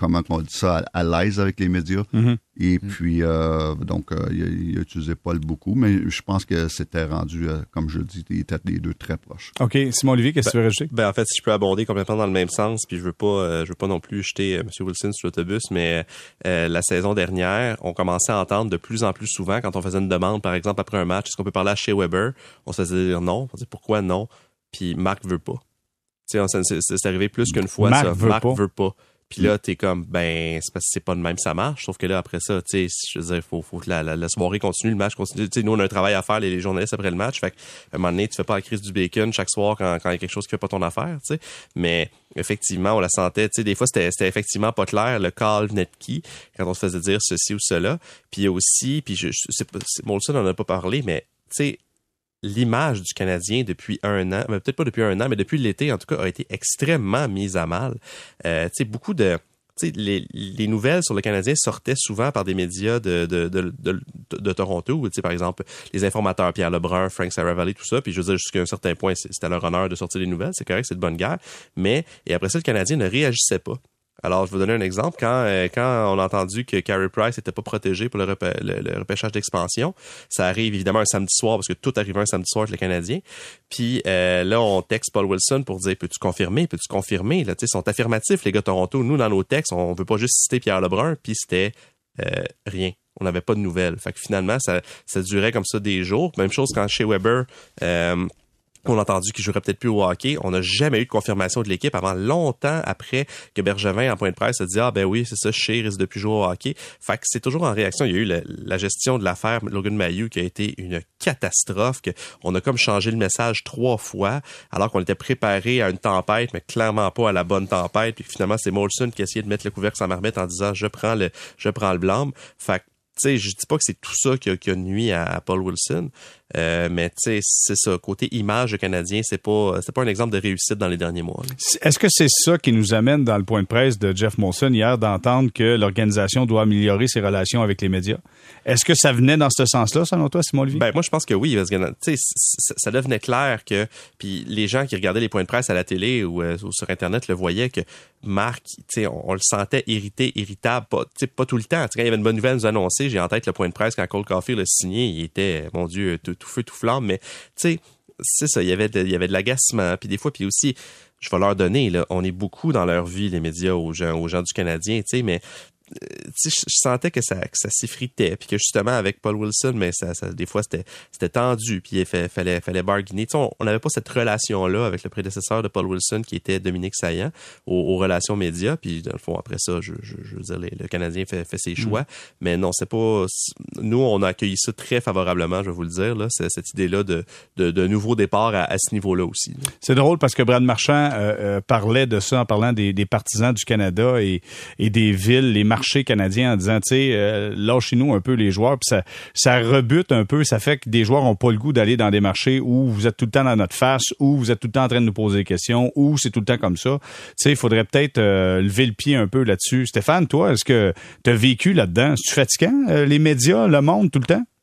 comment on dit ça, à, à l'aise avec les médias. Mm-hmm. Et puis, euh, donc, euh, il n'a utilisé Paul beaucoup, mais je pense que c'était rendu, euh, comme je le dis, ils étaient les deux très proches. OK. Simon-Olivier, qu'est-ce que ben, tu veux rajouter? Ben, en fait, si je peux abonder complètement dans le même sens, puis je veux pas, euh, je veux pas non plus jeter euh, M. Wilson sur l'autobus, mais euh, la saison dernière, on commençait à entendre de plus en plus souvent, quand on faisait une demande, par exemple, après un match, est-ce qu'on peut parler à Shea Weber? On se faisait dire non. On se disait pourquoi non? Puis Marc veut pas. Tu sais, c'est, c'est arrivé plus qu'une fois, Marc ça. Veut Marc pas. veut pas. Puis là, t'es comme, ben, c'est parce que c'est pas de même ça marche. Sauf que là, après ça, tu sais, je veux dire, faut, faut que la, la, la soirée continue, le match continue. Tu sais, nous, on a un travail à faire, les, les journalistes, après le match. Fait qu'à un moment donné, tu fais pas la crise du bacon chaque soir quand, quand il y a quelque chose qui fait pas ton affaire, tu sais. Mais, effectivement, on la sentait, tu sais, des fois, c'était, c'était effectivement pas clair, le call venait de qui, quand on se faisait dire ceci ou cela. Puis il y a aussi, puis je, je c'est pas, Molson n'en a pas parlé, mais, tu sais, l'image du Canadien depuis un an, mais peut-être pas depuis un an, mais depuis l'été, en tout cas, a été extrêmement mise à mal. Euh, tu sais, beaucoup de... Tu sais, les, les nouvelles sur le Canadien sortaient souvent par des médias de, de, de, de, de, de Toronto, ou tu sais, par exemple, les informateurs, Pierre Lebrun, Frank Saravalli, tout ça, puis je veux dire, jusqu'à un certain point, c'était leur honneur de sortir les nouvelles, c'est correct, c'est de bonne guerre, mais, et après ça, le Canadien ne réagissait pas. Alors, je vais vous donner un exemple. Quand euh, quand on a entendu que Carey Price n'était pas protégé pour le, repê- le, le repêchage d'expansion, ça arrive évidemment un samedi soir, parce que tout arrivait un samedi soir avec le Canadien. Puis euh, là, on texte Paul Wilson pour dire, peux-tu confirmer, peux-tu confirmer? Là, tu sais, sont affirmatifs, les gars de Toronto. Nous, dans nos textes, on veut pas juste citer Pierre Lebrun, puis c'était euh, rien. On n'avait pas de nouvelles. Fait que finalement, ça, ça durait comme ça des jours. Même chose quand Shea Weber... Euh, on a entendu qu'il jouerait peut-être plus au hockey. On n'a jamais eu de confirmation de l'équipe avant longtemps après que Bergevin, en point de presse, a dit « Ah ben oui, c'est ça, Shea risque de plus jouer au hockey ». Fait que c'est toujours en réaction. Il y a eu la, la gestion de l'affaire Logan Mailloux qui a été une catastrophe. Que on a comme changé le message trois fois alors qu'on était préparé à une tempête, mais clairement pas à la bonne tempête. Puis finalement, c'est Molson qui a essayé de mettre le couvercle sur la marmite en disant « Je prends le je prends le blâme ». Fait que tu sais, je dis pas que c'est tout ça qui a, qui a nuit à, à Paul Wilson, euh, mais tu sais, c'est ça. Côté image canadien, c'est pas, c'est pas un exemple de réussite dans les derniers mois. Là. Est-ce que c'est ça qui nous amène dans le point de presse de Jeff Molson hier d'entendre que l'organisation doit améliorer ses relations avec les médias? Est-ce que ça venait dans ce sens-là, selon toi, Simon-Olivier? Ben, moi, je pense que oui, parce que, tu sais, ça, ça devenait clair que, puis les gens qui regardaient les points de presse à la télé ou, euh, ou sur Internet le voyaient que Marc, tu sais, on, on le sentait irrité, irritable, pas, tu sais, pas tout le temps. T'sais, quand il y avait une bonne nouvelle à nous annoncer, j'ai en tête le point de presse quand Cole Caulfield l'a signé, il était, mon Dieu, tout, tout feu, tout flamme, mais, tu sais, c'est ça, il y avait de, il y avait de l'agacement, puis des fois, puis aussi, je vais leur donner, là, on est beaucoup dans leur vie, les médias, aux gens, aux gens du Canadien, tu sais, mais, tu sais, je, je sentais que ça, que ça s'effritait, puis que justement avec Paul Wilson, mais ça, ça des fois c'était, c'était tendu, puis il fa- fallait, fallait bargainer. Tu sais, on n'avait pas cette relation-là avec le prédécesseur de Paul Wilson qui était Dominique Saillant aux, aux relations médias, puis dans le fond après ça, je, je, je veux dire, les, le Canadien fait, fait ses choix, mm. mais non, c'est pas. Nous, on a accueilli ça très favorablement, je vais vous le dire là, c'est cette idée-là de, de, de nouveau départ à, à ce niveau-là aussi. Là. C'est drôle parce que Brad Marchand euh, euh, parlait de ça en parlant des, des partisans du Canada et, et des villes, les marchés canadiens en disant, tu sais, euh, lâchez-nous un peu les joueurs, puis ça, ça rebute un peu, ça fait que des joueurs ont pas le goût d'aller dans des marchés où vous êtes tout le temps dans notre face, où vous êtes tout le temps en train de nous poser des questions, où c'est tout le temps comme ça. Tu sais, il faudrait peut-être euh, lever le pied un peu là-dessus. Stéphane, toi, est-ce que tu as vécu là-dedans? C'est-tu fatigant, euh, les médias, le monde, tout le temps?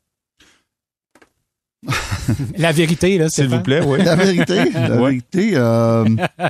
La vérité, là, s'il vous plaît, oui. La vérité, la ouais. vérité, euh...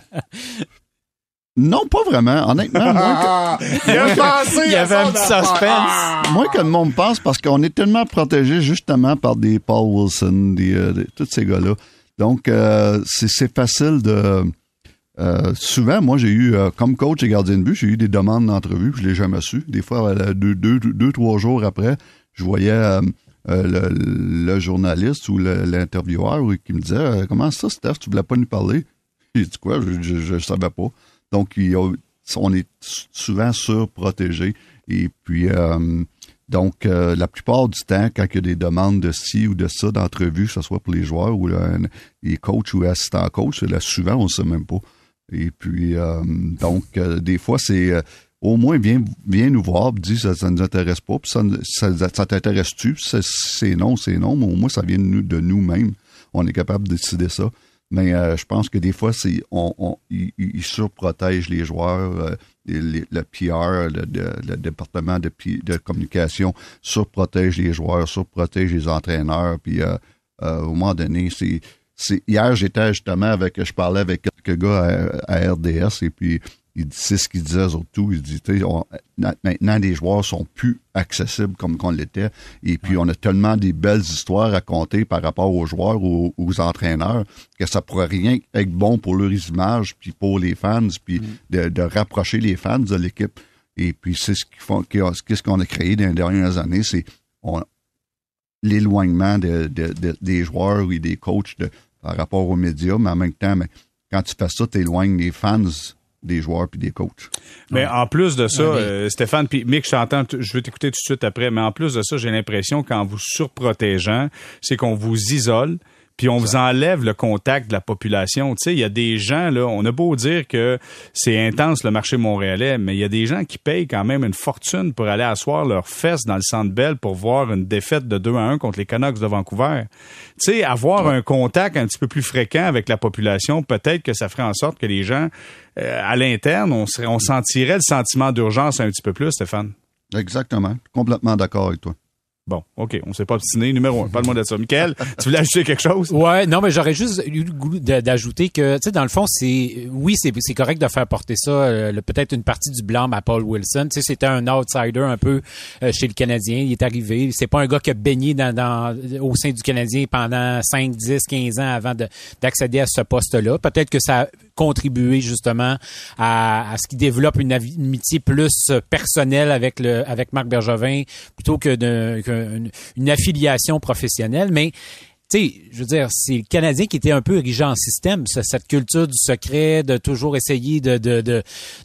Non, pas vraiment. Honnêtement, moi... Que... Il a pensé Il y avait un petit suspense. Moi, que le monde pense, parce qu'on est tellement protégé justement par des Paul Wilson, des, euh, des, tous ces gars-là. Donc, euh, c'est, c'est facile de... Euh, souvent, moi, j'ai eu, euh, comme coach et gardien de but, j'ai eu des demandes d'entrevue, puis je l'ai jamais su. Des fois, euh, deux, deux, deux, trois jours après, je voyais euh, euh, le, le journaliste ou le, l'intervieweur qui me disait euh, « Comment ça, Steph, tu voulais pas nous parler? » J'ai dit quoi? Je ne savais pas. Donc, il y a, on est souvent surprotégé. Et puis, euh, donc, euh, la plupart du temps, quand il y a des demandes de ci ou de ça d'entrevue, que ce soit pour les joueurs ou là, les coachs ou assistants coachs, là, souvent, on ne sait même pas. Et puis, euh, donc, euh, des fois, c'est euh, au moins, viens, viens nous voir, dis ça ne nous intéresse pas, puis ça, ça, ça t'intéresse-tu? C'est, c'est non, c'est non, mais au moins, ça vient de, nous, de nous-mêmes. On est capable de décider ça. Mais euh, je pense que des fois, c'est on, on ils, ils surprotègent les joueurs, euh, les, le P R, le, le, le département de, de communication surprotège les joueurs, surprotège les entraîneurs. Puis euh, euh, au moment donné, c'est, c'est hier j'étais justement avec, je parlais avec quelques gars à, à R D S et puis il dit, c'est ce qu'il disait aux autres tout. Il dit, tu sais, on, maintenant, les joueurs sont plus accessibles comme qu'on l'était. Et puis, ouais. on a tellement des belles histoires à raconter par rapport aux joueurs ou aux, aux entraîneurs que ça pourrait rien être bon pour leur image puis pour les fans, puis mm. de, de rapprocher les fans de l'équipe. Et puis, c'est ce qu'ils font, qu'est-ce qu'on a créé dans les dernières années, c'est on, l'éloignement de, de, de, des joueurs et des coachs de, par rapport aux médias, mais en même temps, mais quand tu fais ça, tu éloignes les fans des joueurs puis des coachs. Mais ouais. en plus de ça, ouais, mais... euh, Stéphane, puis Mick, je t'entends, je vais t'écouter tout de suite après, mais en plus de ça, j'ai l'impression qu'en vous surprotégeant, c'est qu'on vous isole, puis on vous enlève le contact de la population. Tu sais, il y a des gens, là, on a beau dire que c'est intense le marché montréalais, mais il y a des gens qui payent quand même une fortune pour aller asseoir leurs fesses dans le Centre Bell pour voir une défaite de deux à un contre les Canucks de Vancouver. Tu sais, avoir ouais. un contact un petit peu plus fréquent avec la population, peut-être que ça ferait en sorte que les gens, euh, à l'interne, on, serait, on sentirait le sentiment d'urgence un petit peu plus, Stéphane. Exactement. Complètement d'accord avec toi. Bon, OK, on s'est pas obstiné. Numéro un, parle-moi de ça. Michael, tu voulais ajouter quelque chose? Ouais, non, mais j'aurais juste eu le goût d'ajouter que, tu sais, dans le fond, c'est, oui, c'est, c'est correct de faire porter ça, euh, le, peut-être une partie du blâme à Paul Wilson. Tu sais, c'était un outsider un peu euh, chez le Canadien. Il est arrivé. C'est pas un gars qui a baigné dans, dans, au sein du Canadien pendant cinq, dix, quinze ans avant de, d'accéder à ce poste-là. Peut-être que ça a contribué justement à, à ce qu'il développe une amitié plus personnelle avec le, avec Marc Bergevin plutôt que de, que Une, une affiliation professionnelle, mais tu sais, je veux dire, c'est le Canadien qui était un peu érigé en système, cette culture du secret, de toujours essayer de de de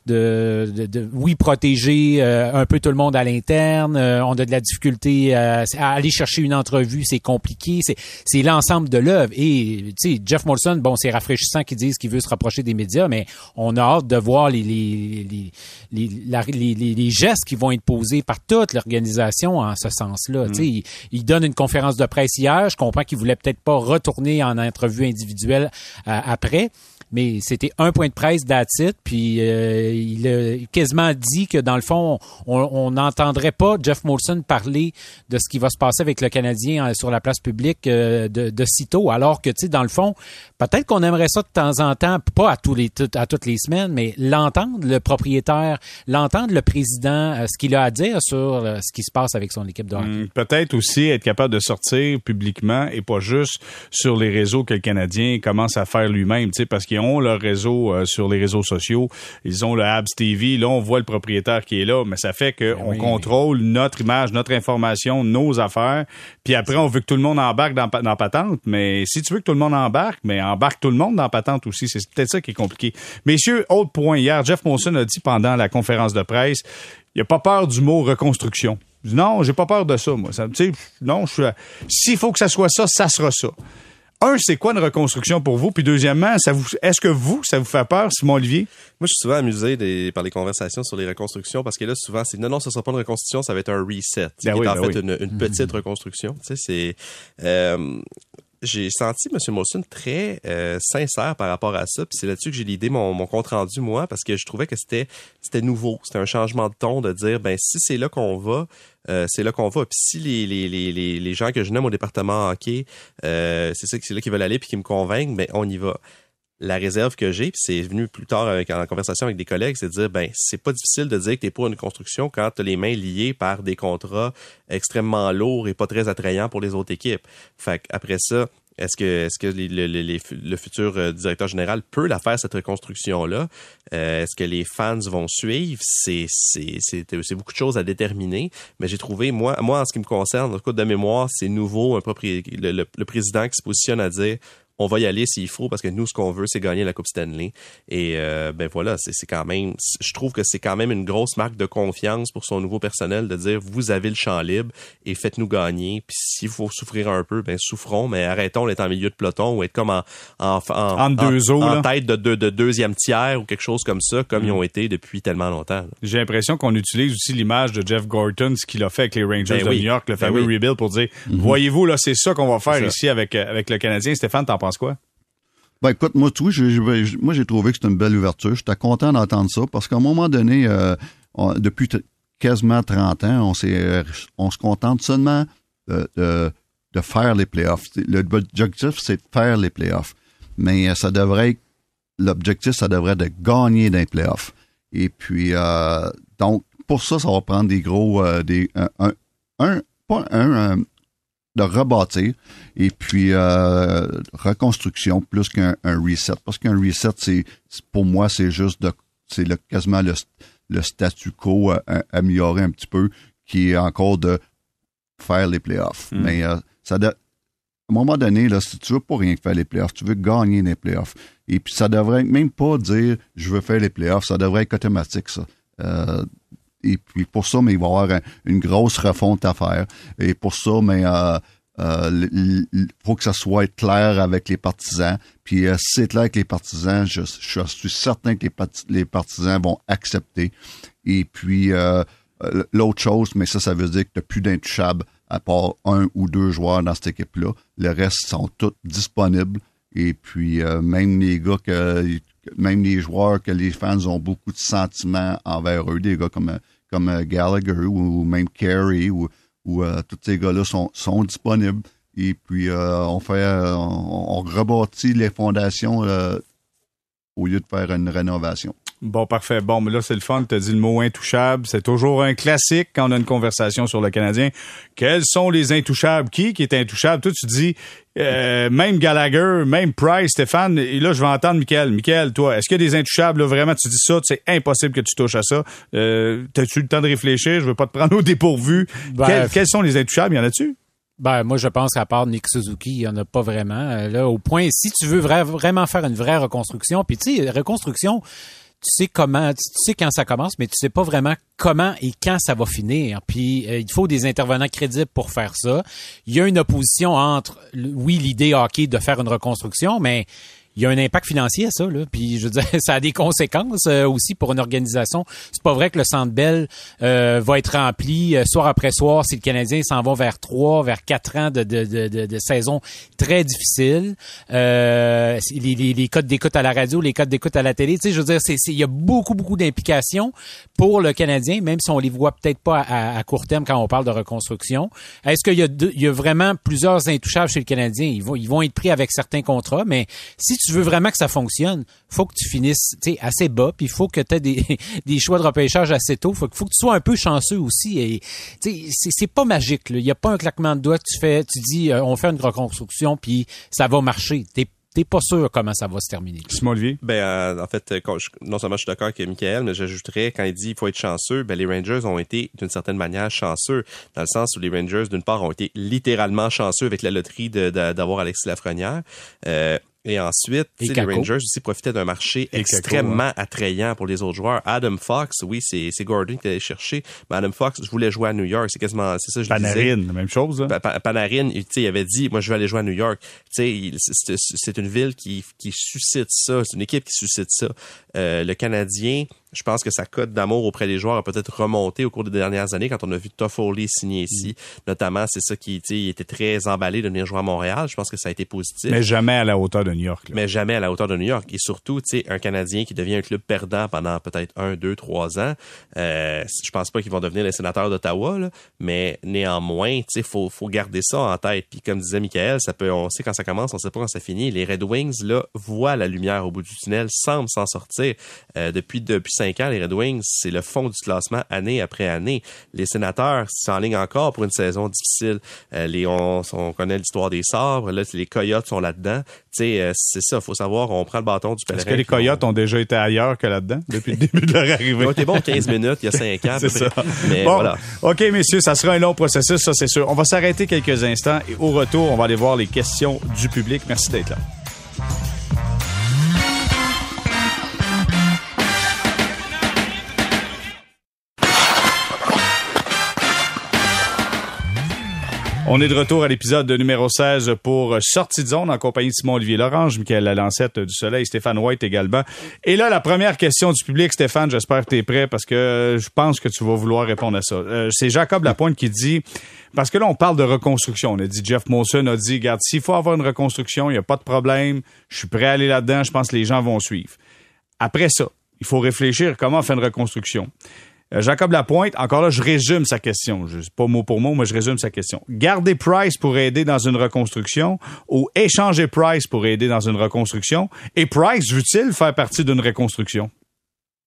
de, de, de oui protéger euh, un peu tout le monde à l'interne. Euh, on a de la difficulté à, à aller chercher une entrevue, c'est compliqué. C'est c'est l'ensemble de l'œuvre. Et tu sais, Jeff Molson, bon, c'est rafraîchissant qu'ils disent qu'il veut se rapprocher des médias, mais on a hâte de voir les les les les, la, les, les, les gestes qui vont être posés par toute l'organisation en ce sens-là. Mm. Tu sais, il, il donne une conférence de presse hier. Je comprends qu'il voulait peut-être pas retourner en entrevue individuelle euh, après, mais c'était un point de presse that's it, puis euh, il a quasiment dit que dans le fond, on n'entendrait pas Jeff Molson parler de ce qui va se passer avec le Canadien sur la place publique euh, de, de sitôt, alors que, tu sais, dans le fond, peut-être qu'on aimerait ça de temps en temps, pas à tous les à toutes les semaines, mais l'entendre, le propriétaire, l'entendre, le président, euh, ce qu'il a à dire sur euh, ce qui se passe avec son équipe de hockey. Hum, peut-être aussi être capable de sortir publiquement et pas juste sur les réseaux que le Canadien commence à faire lui-même, tu sais, parce qu'ils ont leur réseau euh, sur les réseaux sociaux, ils ont le Habs T V, là on voit le propriétaire qui est là, mais ça fait qu'on oui, contrôle oui. notre image, notre information, nos affaires, puis après on veut que tout le monde embarque dans, dans Patente, mais si tu veux que tout le monde embarque, mais embarque tout le monde dans Patente aussi, c'est peut-être ça qui est compliqué. Messieurs, autre point, hier, Jeff Molson a dit pendant la conférence de presse, il a pas peur du mot reconstruction. Non, j'ai pas peur de ça, moi. Ça, tu sais, non, je suis. S'il faut que ça soit ça, ça sera ça. Un, c'est quoi une reconstruction pour vous? Puis deuxièmement, ça vous, est-ce que vous, ça vous fait peur, Simon Olivier? Moi, je suis souvent amusé des, par les conversations sur les reconstructions parce que là, souvent, c'est non, non, ça sera pas une reconstruction, ça va être un reset. C'est ben oui, en ben fait oui. une, une petite mmh. reconstruction. Tu sais, c'est. Euh, J'ai senti M. Molson très euh, sincère par rapport à ça. Puis c'est là-dessus que j'ai l'idée, mon, mon compte rendu, moi, parce que je trouvais que c'était c'était nouveau. C'était un changement de ton de dire, ben si c'est là qu'on va, euh, c'est là qu'on va. Puis si les, les, les, les, les gens que je nomme au département hockey, euh, c'est ça, c'est là qu'ils veulent aller puis qu'ils me convainquent, ben on y va. La réserve que j'ai, puis c'est venu plus tard avec, en conversation avec des collègues, c'est de dire, ben c'est pas difficile de dire que t'es pour une construction quand t'as les mains liées par des contrats extrêmement lourds et pas très attrayants pour les autres équipes. Fait qu'après ça, est-ce que est-ce que les, les, les, le futur euh, directeur général peut la faire, cette reconstruction-là? Euh, est-ce que les fans vont suivre? C'est, c'est, c'est, c'est beaucoup de choses à déterminer, mais j'ai trouvé, moi, moi en ce qui me concerne, en tout cas de mémoire, c'est nouveau, un propri- le, le, le président qui se positionne à dire on va y aller s'il faut, parce que nous, ce qu'on veut, c'est gagner la Coupe Stanley. Et euh, ben voilà, c'est, c'est quand même, je trouve que c'est quand même une grosse marque de confiance pour son nouveau personnel de dire, vous avez le champ libre et faites-nous gagner. Puis s'il faut souffrir un peu, ben souffrons, mais arrêtons d'être en milieu de peloton ou être comme en en, en, en, deux en, eaux, en là. tête de, de, de deuxième tiers ou quelque chose comme ça, comme mmh. ils ont été depuis tellement longtemps. Là. J'ai l'impression qu'on utilise aussi l'image de Jeff Gorton, ce qu'il a fait avec les Rangers ben de oui. New York, le ben fameux oui. rebuild, pour dire, mmh. voyez-vous, là, c'est ça qu'on va faire ici avec, avec le Canadien. Stéphane, t'en penses quoi? Ben écoute, moi, tout, j'ai, j'ai, moi j'ai trouvé que c'était une belle ouverture. J'étais content d'entendre ça parce qu'à un moment donné, euh, on, depuis t- quasiment trente ans, on, s'est, on se contente seulement de, de, de faire les playoffs. L'objectif, c'est de faire les playoffs. Mais ça devrait être, l'objectif, ça devrait être de gagner dans les playoffs. Et puis, euh, donc, pour ça, ça va prendre des gros, euh, des, un, un, un, pas un, un, de rebâtir, et puis euh, reconstruction plus qu'un un reset. Parce qu'un reset, c'est, pour moi, c'est juste de, c'est le, quasiment le, le statu quo euh, amélioré un petit peu, qui est encore de faire les playoffs. Mm. Mais euh, ça de, à un moment donné, là, si tu veux pas rien faire les playoffs, tu veux gagner les playoffs. Et puis ça devrait même pas dire je veux faire les playoffs, ça devrait être automatique, ça. Euh, et puis pour ça, mais il va y avoir un, une grosse refonte à faire. Et pour ça, mais euh, euh, il faut que ça soit clair avec les partisans. Puis euh, si c'est clair avec les partisans, je, je suis certain que les, les partisans vont accepter. Et puis euh, l'autre chose, mais ça, ça veut dire que tu n'as plus d'intouchables à part un ou deux joueurs dans cette équipe-là. Le reste sont tous disponibles. Et puis, euh, même les gars que, même les joueurs que les fans ont beaucoup de sentiments envers eux, des gars comme, comme Gallagher ou, ou même Carey ou, ou euh, tous ces gars-là sont, sont disponibles. Et puis, euh, on fait, on, on rebâtit les fondations euh, au lieu de faire une rénovation. Bon, parfait. Bon, mais là, c'est le fun. Tu as dit le mot intouchable. C'est toujours un classique quand on a une conversation sur le Canadien. Quels sont les intouchables? Qui qui est intouchable? Toi, tu dis euh, même Gallagher, même Price, Stéphane. Et là, je vais entendre Michael. Michael, toi, est-ce qu'il y a des intouchables? Là, vraiment, tu dis ça, c'est impossible que tu touches à ça. Euh, t'as-tu le temps de réfléchir? Je veux pas te prendre au dépourvu. Ben, quels, quels sont les intouchables? Y en a-tu? Ben, moi, je pense qu'à part Nick Suzuki, il n'y en a pas vraiment. Là, au point, si tu veux vra- vraiment faire une vraie reconstruction, puis tu sais, reconstruction, tu sais comment, tu sais quand ça commence, mais tu sais pas vraiment comment et quand ça va finir. Puis euh, il faut des intervenants crédibles pour faire ça. Il y a une opposition entre, oui, l'idée hockey de faire une reconstruction, mais il y a un impact financier à ça, là. Puis je veux dire, ça a des conséquences euh, aussi pour une organisation. C'est pas vrai que le Centre Bell euh, va être rempli euh, soir après soir si le Canadien s'en va vers trois, vers quatre ans de de de, de, de saison très difficile. Euh, les, les, les codes d'écoute à la radio, les codes d'écoute à la télé, tu sais, je veux dire, c'est, c'est il y a beaucoup beaucoup d'implications pour le Canadien, même si on les voit peut-être pas à, à court terme quand on parle de reconstruction. Est-ce qu'il y a deux, il y a vraiment plusieurs intouchables chez le Canadien? Ils vont ils vont être pris avec certains contrats, mais si tu veux vraiment que ça fonctionne, faut que tu finisses assez bas, puis il faut que tu aies des, des choix de repêchage assez tôt. Faut, faut que tu sois un peu chanceux aussi. Et c'est, c'est pas magique. Il n'y a pas un claquement de doigts que tu fais, tu dis euh, on fait une reconstruction, puis ça va marcher. T'es T'es pas sûr comment ça va se terminer. Simon Olivier? Ben, euh, en fait, quand je, non seulement je suis d'accord avec Michael, mais j'ajouterais, quand il dit il faut être chanceux, ben, les Rangers ont été, d'une certaine manière, chanceux, dans le sens où les Rangers, d'une part, ont été littéralement chanceux avec la loterie de, de, d'avoir Alexis Lafrenière. Euh, Et ensuite, et les Rangers aussi profitaient d'un marché et extrêmement Kako, hein. attrayant pour les autres joueurs. Adam Fox, oui, c'est, c'est Gordon qui allait chercher, mais Adam Fox, je voulais jouer à New York. C'est quasiment, c'est ça, je Panarin, disais. Panarin, même chose. Hein? Pa- Panarin, tu sais, il avait dit, moi, je vais aller jouer à New York. Tu sais, c'est, c'est une ville qui, qui suscite ça. C'est une équipe qui suscite ça. Euh, le Canadien, je pense que sa cote d'amour auprès des joueurs a peut-être remonté au cours des dernières années quand on a vu Toffoli signer ici. Mm. Notamment, c'est ça qui, tu sais, il était très emballé de venir jouer à Montréal. Je pense que ça a été positif. Mais jamais à la hauteur de New York. Là. Mais jamais à la hauteur de New York. Et surtout, tu sais, un Canadien qui devient un club perdant pendant peut-être un, deux, trois ans. Euh, je pense pas qu'ils vont devenir les sénateurs d'Ottawa, là, mais néanmoins, tu sais, faut, faut garder ça en tête. Puis comme disait Michael, ça peut, on sait quand ça commence, on sait pas quand ça finit. Les Red Wings, là, voient la lumière au bout du tunnel, semblent s'en sortir. Euh, depuis, depuis cinq ans, les Red Wings, c'est le fond du classement année après année. Les Sénateurs s'enlignent encore pour une saison difficile. Euh, les, on, on connaît l'histoire des Sabres. Là, les Coyotes sont là-dedans. Tu sais, euh, c'est ça. Faut savoir, on prend le bâton du pèlerin. Est-ce que les Coyotes on... ont déjà été ailleurs que là-dedans depuis le début de leur arrivée? Ils ont été bons quinze minutes, il y a cinq ans. C'est ça. Mais bon, voilà. OK, messieurs, ça sera un long processus, ça, c'est sûr. On va s'arrêter quelques instants et au retour, on va aller voir les questions du public. Merci d'être là. On est de retour à l'épisode numéro seize pour Sortie de zone en compagnie de Simon-Olivier Lorange, Michael Lalancette du Soleil, Stéphane White également. Et là, la première question du public, Stéphane, j'espère que tu es prêt parce que je pense que tu vas vouloir répondre à ça. Euh, c'est Jacob Lapointe qui dit, parce que là, on parle de reconstruction. On a dit, Jeff Molson a dit, regarde, s'il faut avoir une reconstruction, il n'y a pas de problème, je suis prêt à aller là-dedans, je pense que les gens vont suivre. Après ça, il faut réfléchir comment on fait une reconstruction. Jacob Lapointe, encore là, je résume sa question. Je, pas mot pour mot, mais je résume sa question. Garder Price pour aider dans une reconstruction ou échanger Price pour aider dans une reconstruction? Et Price veut-il faire partie d'une reconstruction?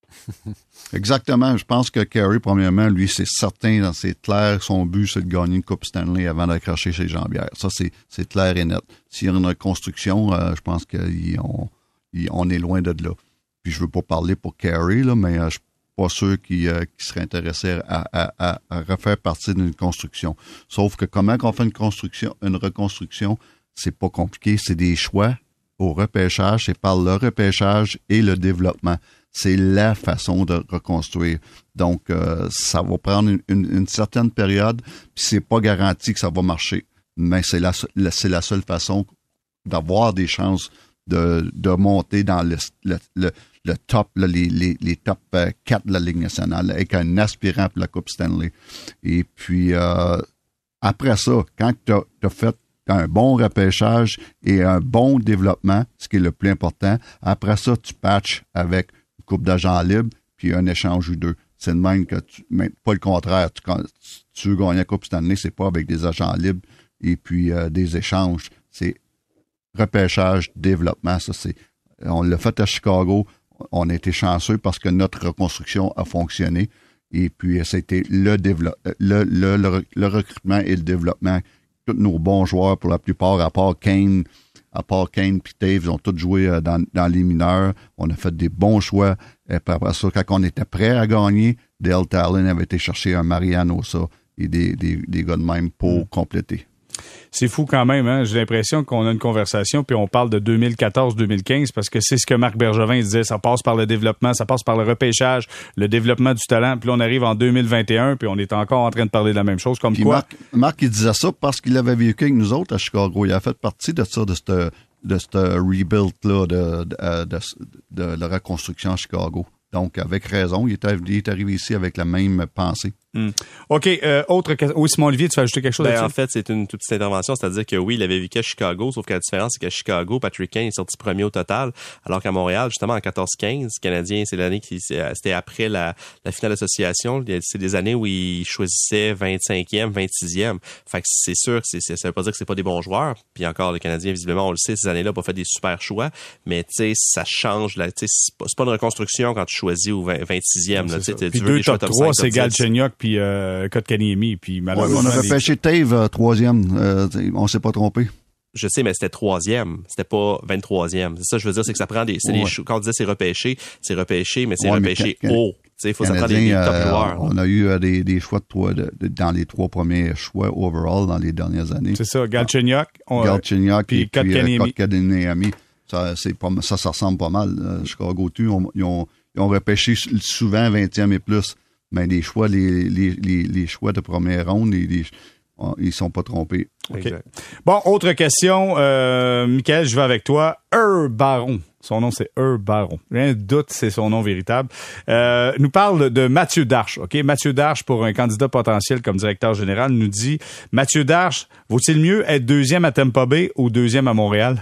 Exactement. Je pense que Carey, premièrement, lui, c'est certain, c'est clair, son but, c'est de gagner une Coupe Stanley avant d'accrocher ses jambières. Ça, c'est, c'est clair et net. S'il y a une reconstruction, euh, je pense qu'on on est loin de là. Puis je veux pas parler pour Carey, là, mais euh, je suis pas sûr qu'il, euh, qu'il serait intéressé à, à, à, à refaire partie d'une construction. Sauf que comment qu'on fait une construction, une reconstruction, c'est pas compliqué, c'est des choix au repêchage, c'est par le repêchage et le développement. C'est la façon de reconstruire. Donc, euh, ça va prendre une, une, une certaine période, puis c'est pas garanti que ça va marcher. Mais c'est la, la, c'est la seule façon d'avoir des chances de, de monter dans le, le, le, le top, là, les, les, les top quatre de la Ligue nationale, avec un aspirant pour la Coupe Stanley. Et puis, euh, après ça, quand tu as fait un bon repêchage et un bon développement, ce qui est le plus important, après ça, tu patches avec coupe d'agents libres, puis un échange ou deux. C'est de même que tu, mais pas le contraire. Tu, quand tu veux gagner la Coupe Stanley, c'est pas avec des agents libres et puis euh, des échanges. C'est repêchage, développement. Ça, c'est, on l'a fait à Chicago. On a été chanceux parce que notre reconstruction a fonctionné. Et puis, c'était le, développe, le, le, le, le recrutement et le développement. Tous nos bons joueurs, pour la plupart, à part Kane, à part Kane et Dave, ils ont tous joué dans, dans les mineurs. On a fait des bons choix. Et après ça, quand on était prêt à gagner, Dale Talon avait été chercher un Mariano Ossa et des, des, des gars de même pour mmh. compléter. C'est fou quand même, hein? J'ai l'impression qu'on a une conversation puis on parle de deux mille quatorze deux mille quinze parce que c'est ce que Marc Bergevin disait, ça passe par le développement, ça passe par le repêchage, le développement du talent. Puis là, on arrive en deux mille vingt et un puis on est encore en train de parler de la même chose. Comme puis quoi? Marc, Marc, il disait ça parce qu'il avait vécu avec nous autres à Chicago. Il a fait partie de ça, de cette, de cette rebuild-là, de, de, de, de la reconstruction à Chicago. Donc, avec raison, il est, il est arrivé ici avec la même pensée. Mmh. OK. Euh, autre question. Oui, Simon Olivier, tu veux ajouter quelque chose ben, là-dessus? En fait, c'est une toute petite intervention, c'est-à-dire que oui, il avait vécu à Chicago, sauf que la différence, c'est qu'à Chicago, Patrick Kane est sorti premier au total, alors qu'à Montréal, justement, en quatorze quinze, Canadien, c'est l'année qui, c'était après la, la finale d'association, c'est des années où il choisissait vingt-cinquième, vingt-sixième. Fait que c'est sûr, c'est, c'est, ça veut pas dire que c'est pas des bons joueurs. Puis encore, le Canadien, visiblement, on le sait, ces années-là, pas fait des super choix, mais tu sais, ça change, là, tu sais, c'est pas, c'est pas une reconstruction quand tu choisis au vingt-sixième, là, tu sais, tu veux deux des choix top top trois, cinq, c'est Galchenyuk puis euh, Kotkaniemi, puis malheureusement... Ouais, on avait pêché Tave euh, troisième, euh, on s'est pas trompé. Je sais, mais c'était troisième. C'était pas vingt-troisième. C'est ça que je veux dire, c'est que ça prend des... C'est ouais. des quand on disait c'est repêché, c'est repêché, mais c'est ouais, repêché mais haut. Tu sais, il faut que ça prend des, des top euh, joueurs. On a eu euh, des, des choix de, trois, de, de dans les trois premiers choix overall dans les dernières années. C'est ça, Galchenyuk. Ah, Galchenyuk puis Kotkaniemi. Ça, c'est pas, ça, ça ressemble pas mal. Euh, Chicago two, on, ils, ont, ils ont repêché souvent vingtième et plus. Mais les choix, les, les, les, les choix de première ronde, les, les, ils sont pas trompés. Okay. Bon, autre question. Euh, Michael, je vais avec toi. Herb Baron. Son nom, c'est Herb Baron. J'ai un doute, c'est son nom véritable. Euh, nous parle de Mathieu Darche. OK? Mathieu Darche, pour un candidat potentiel comme directeur général, nous dit, Mathieu Darche, vaut-il mieux être deuxième à Tampa Bay ou deuxième à Montréal?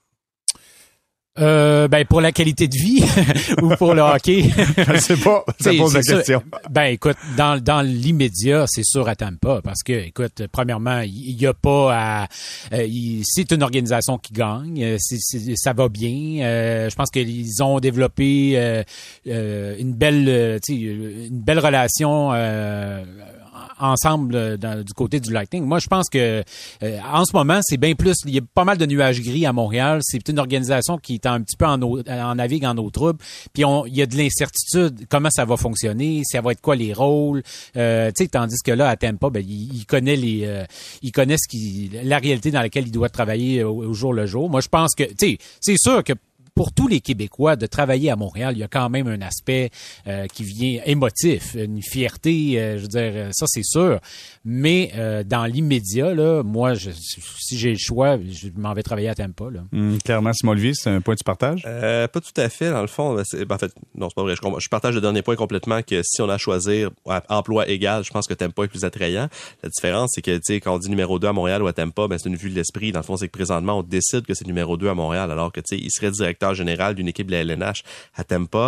Euh, ben pour la qualité de vie ou pour le hockey. Je sais pas, ça pose la sûr. question. Ben écoute, dans dans l'immédiat, c'est sûr à Tampa parce que écoute, premièrement, il y a pas à euh, il, c'est une organisation qui gagne, c'est, c'est, ça va bien. Euh, je pense qu'ils ont développé euh, euh, une belle tu sais une belle relation euh, ensemble dans, du côté du Lightning. Moi, je pense que euh, en ce moment, c'est bien plus. Il y a pas mal de nuages gris à Montréal. C'est une organisation qui est un petit peu en, eau, en navigue en eau trouble. Puis on, il y a de l'incertitude. Comment ça va fonctionner? Ça va être quoi les rôles? Euh, tu sais, tandis que là, à Tampa, ben, il, il connaît les, euh, il connaît ce qui, la réalité dans laquelle il doit travailler au, au jour le jour. Moi, je pense que, tu sais, c'est sûr que pour tous les Québécois, de travailler à Montréal, il y a quand même un aspect euh, qui vient émotif, une fierté, euh, je veux dire, ça c'est sûr. Mais euh, dans l'immédiat, là, moi, je, si j'ai le choix, je m'en vais travailler à Tampa. Là. Mmh, clairement, Simon Olivier, c'est un point que tu partages? Euh, pas tout à fait, dans le fond. C'est, ben, en fait, non, c'est pas vrai. Je, je partage le dernier point complètement que si on a à choisir emploi égal, je pense que Tampa est plus attrayant. La différence, c'est que, tu sais, quand on dit numéro deux à Montréal ou à Tampa, ben, c'est une vue de l'esprit. Dans le fond, c'est que présentement, on décide que c'est numéro deux à Montréal, alors que, tu sais, il serait directeur général d'une équipe de la L N H à Tampa.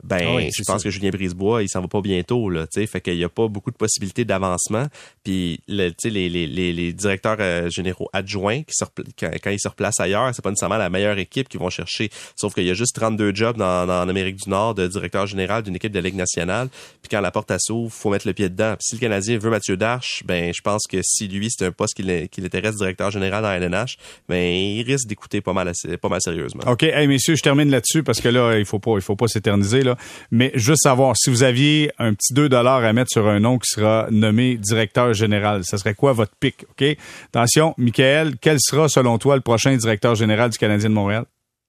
ben ah oui, je pense sûr. que Julien Brisebois, il s'en va pas bientôt, là, tu sais, fait qu'il y a pas beaucoup de possibilités d'avancement. Puis, le, tu sais, les, les, les, les directeurs euh, généraux adjoints qui se repla- quand, quand ils se replacent ailleurs, c'est pas nécessairement la meilleure équipe qu'ils vont chercher. Sauf qu'il y a juste trente-deux jobs dans, dans en Amérique du Nord de directeur général d'une équipe de Ligue nationale. Puis quand la porte elle s'ouvre, faut mettre le pied dedans. Puis si le Canadien veut Mathieu Darche, ben je pense que si lui c'est un poste qui l'intéresse directeur général dans la L N H, ben il risque d'écouter pas mal, pas mal sérieusement. OK, hey messieurs, je termine là-dessus parce que là, il faut pas, il faut pas s'éterniser là. Mais juste savoir, si vous aviez un petit deux dollars à mettre sur un nom qui sera nommé directeur général, ça serait quoi votre pic, OK? Attention, Michael, quel sera selon toi le prochain directeur général du Canadien de Montréal?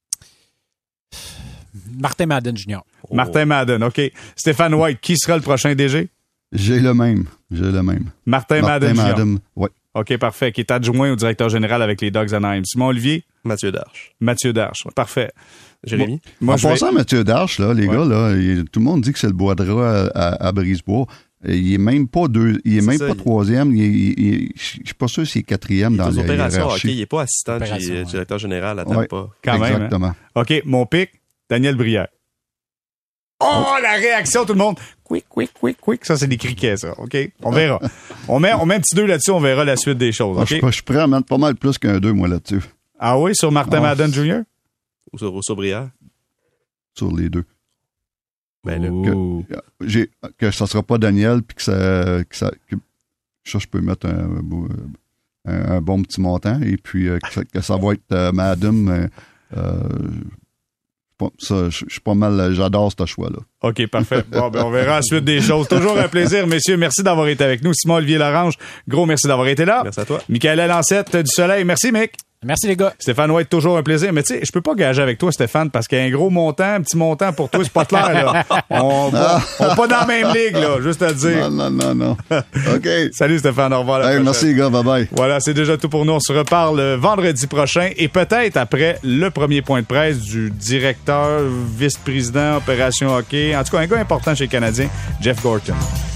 Martin Madden junior Oh. Martin Madden, OK. Stéphane White, qui sera le prochain D G? J'ai le même. J'ai le même. Martin, Madden junior Madden, oui. OK, parfait. Qui est adjoint au directeur général avec les Dogs Anaheim. Simon Olivier? Mathieu Darche. Mathieu Darche. Parfait. Jérémy? Moi, en je vais- passant, Mathieu Darche, là, les Ouais. gars, là, il- tout le monde dit que c'est le bois de rat à, à, à Brisebois. Et il est même pas deux, il est, C'est même ça, pas il- troisième. Il, il- il- je suis pas sûr s'il est quatrième dans Aux la opérations, OK, hiérarchie. il est pas assistant du Opération, ouais. directeur général à Ouais. Tampa. Quand même, hein. Exactement. OK, mon pic, Daniel Brière. Oh, la réaction, tout le monde. Quick, quick, quick, quick. Ça, c'est des criquets, ça. OK? On verra. on, met, on met un petit deux là-dessus, on verra la suite des choses. Ah, je, OK? suis- je suis prêt à mettre pas mal plus qu'un deux, moi, là-dessus, Ah oui, sur Martin Ah. Madden junior? Ou sur, ou sur Brière. sur les deux. Ben là, Ouh. J'ai, que ça sera pas Daniel, puis que ça, que ça, que ça, je peux mettre un, beau- un, un bon petit montant, et puis euh, que, ça, que ça va être euh, Madame. Euh, euh, pas- ça, je je suis pas mal, j'adore ce choix-là. OK, parfait. Bon, ben, on verra la suite des choses. Toujours un plaisir, messieurs. Merci d'avoir été avec nous. Simon-Olivier Larange, gros merci d'avoir été là. merci à toi. Michael Lancette du Soleil, merci, Mick. Merci les gars. Stéphane White, toujours un plaisir. Mais tu sais, je peux pas gager avec toi, Stéphane, parce qu'il y a un gros montant, un petit montant pour toi, c'est pas clair, là. On pas, on pas dans la même ligue, là, juste à te dire. Non, non, non, non. OK. Salut, Stéphane. Au revoir. à la Hey, prochaine. merci, les gars. Bye-bye. Voilà, c'est déjà tout pour nous. On se reparle euh, vendredi prochain et peut-être après le premier point de presse du directeur, vice-président, opération hockey. En tout cas, un gars important chez les Canadiens, Jeff Gorton.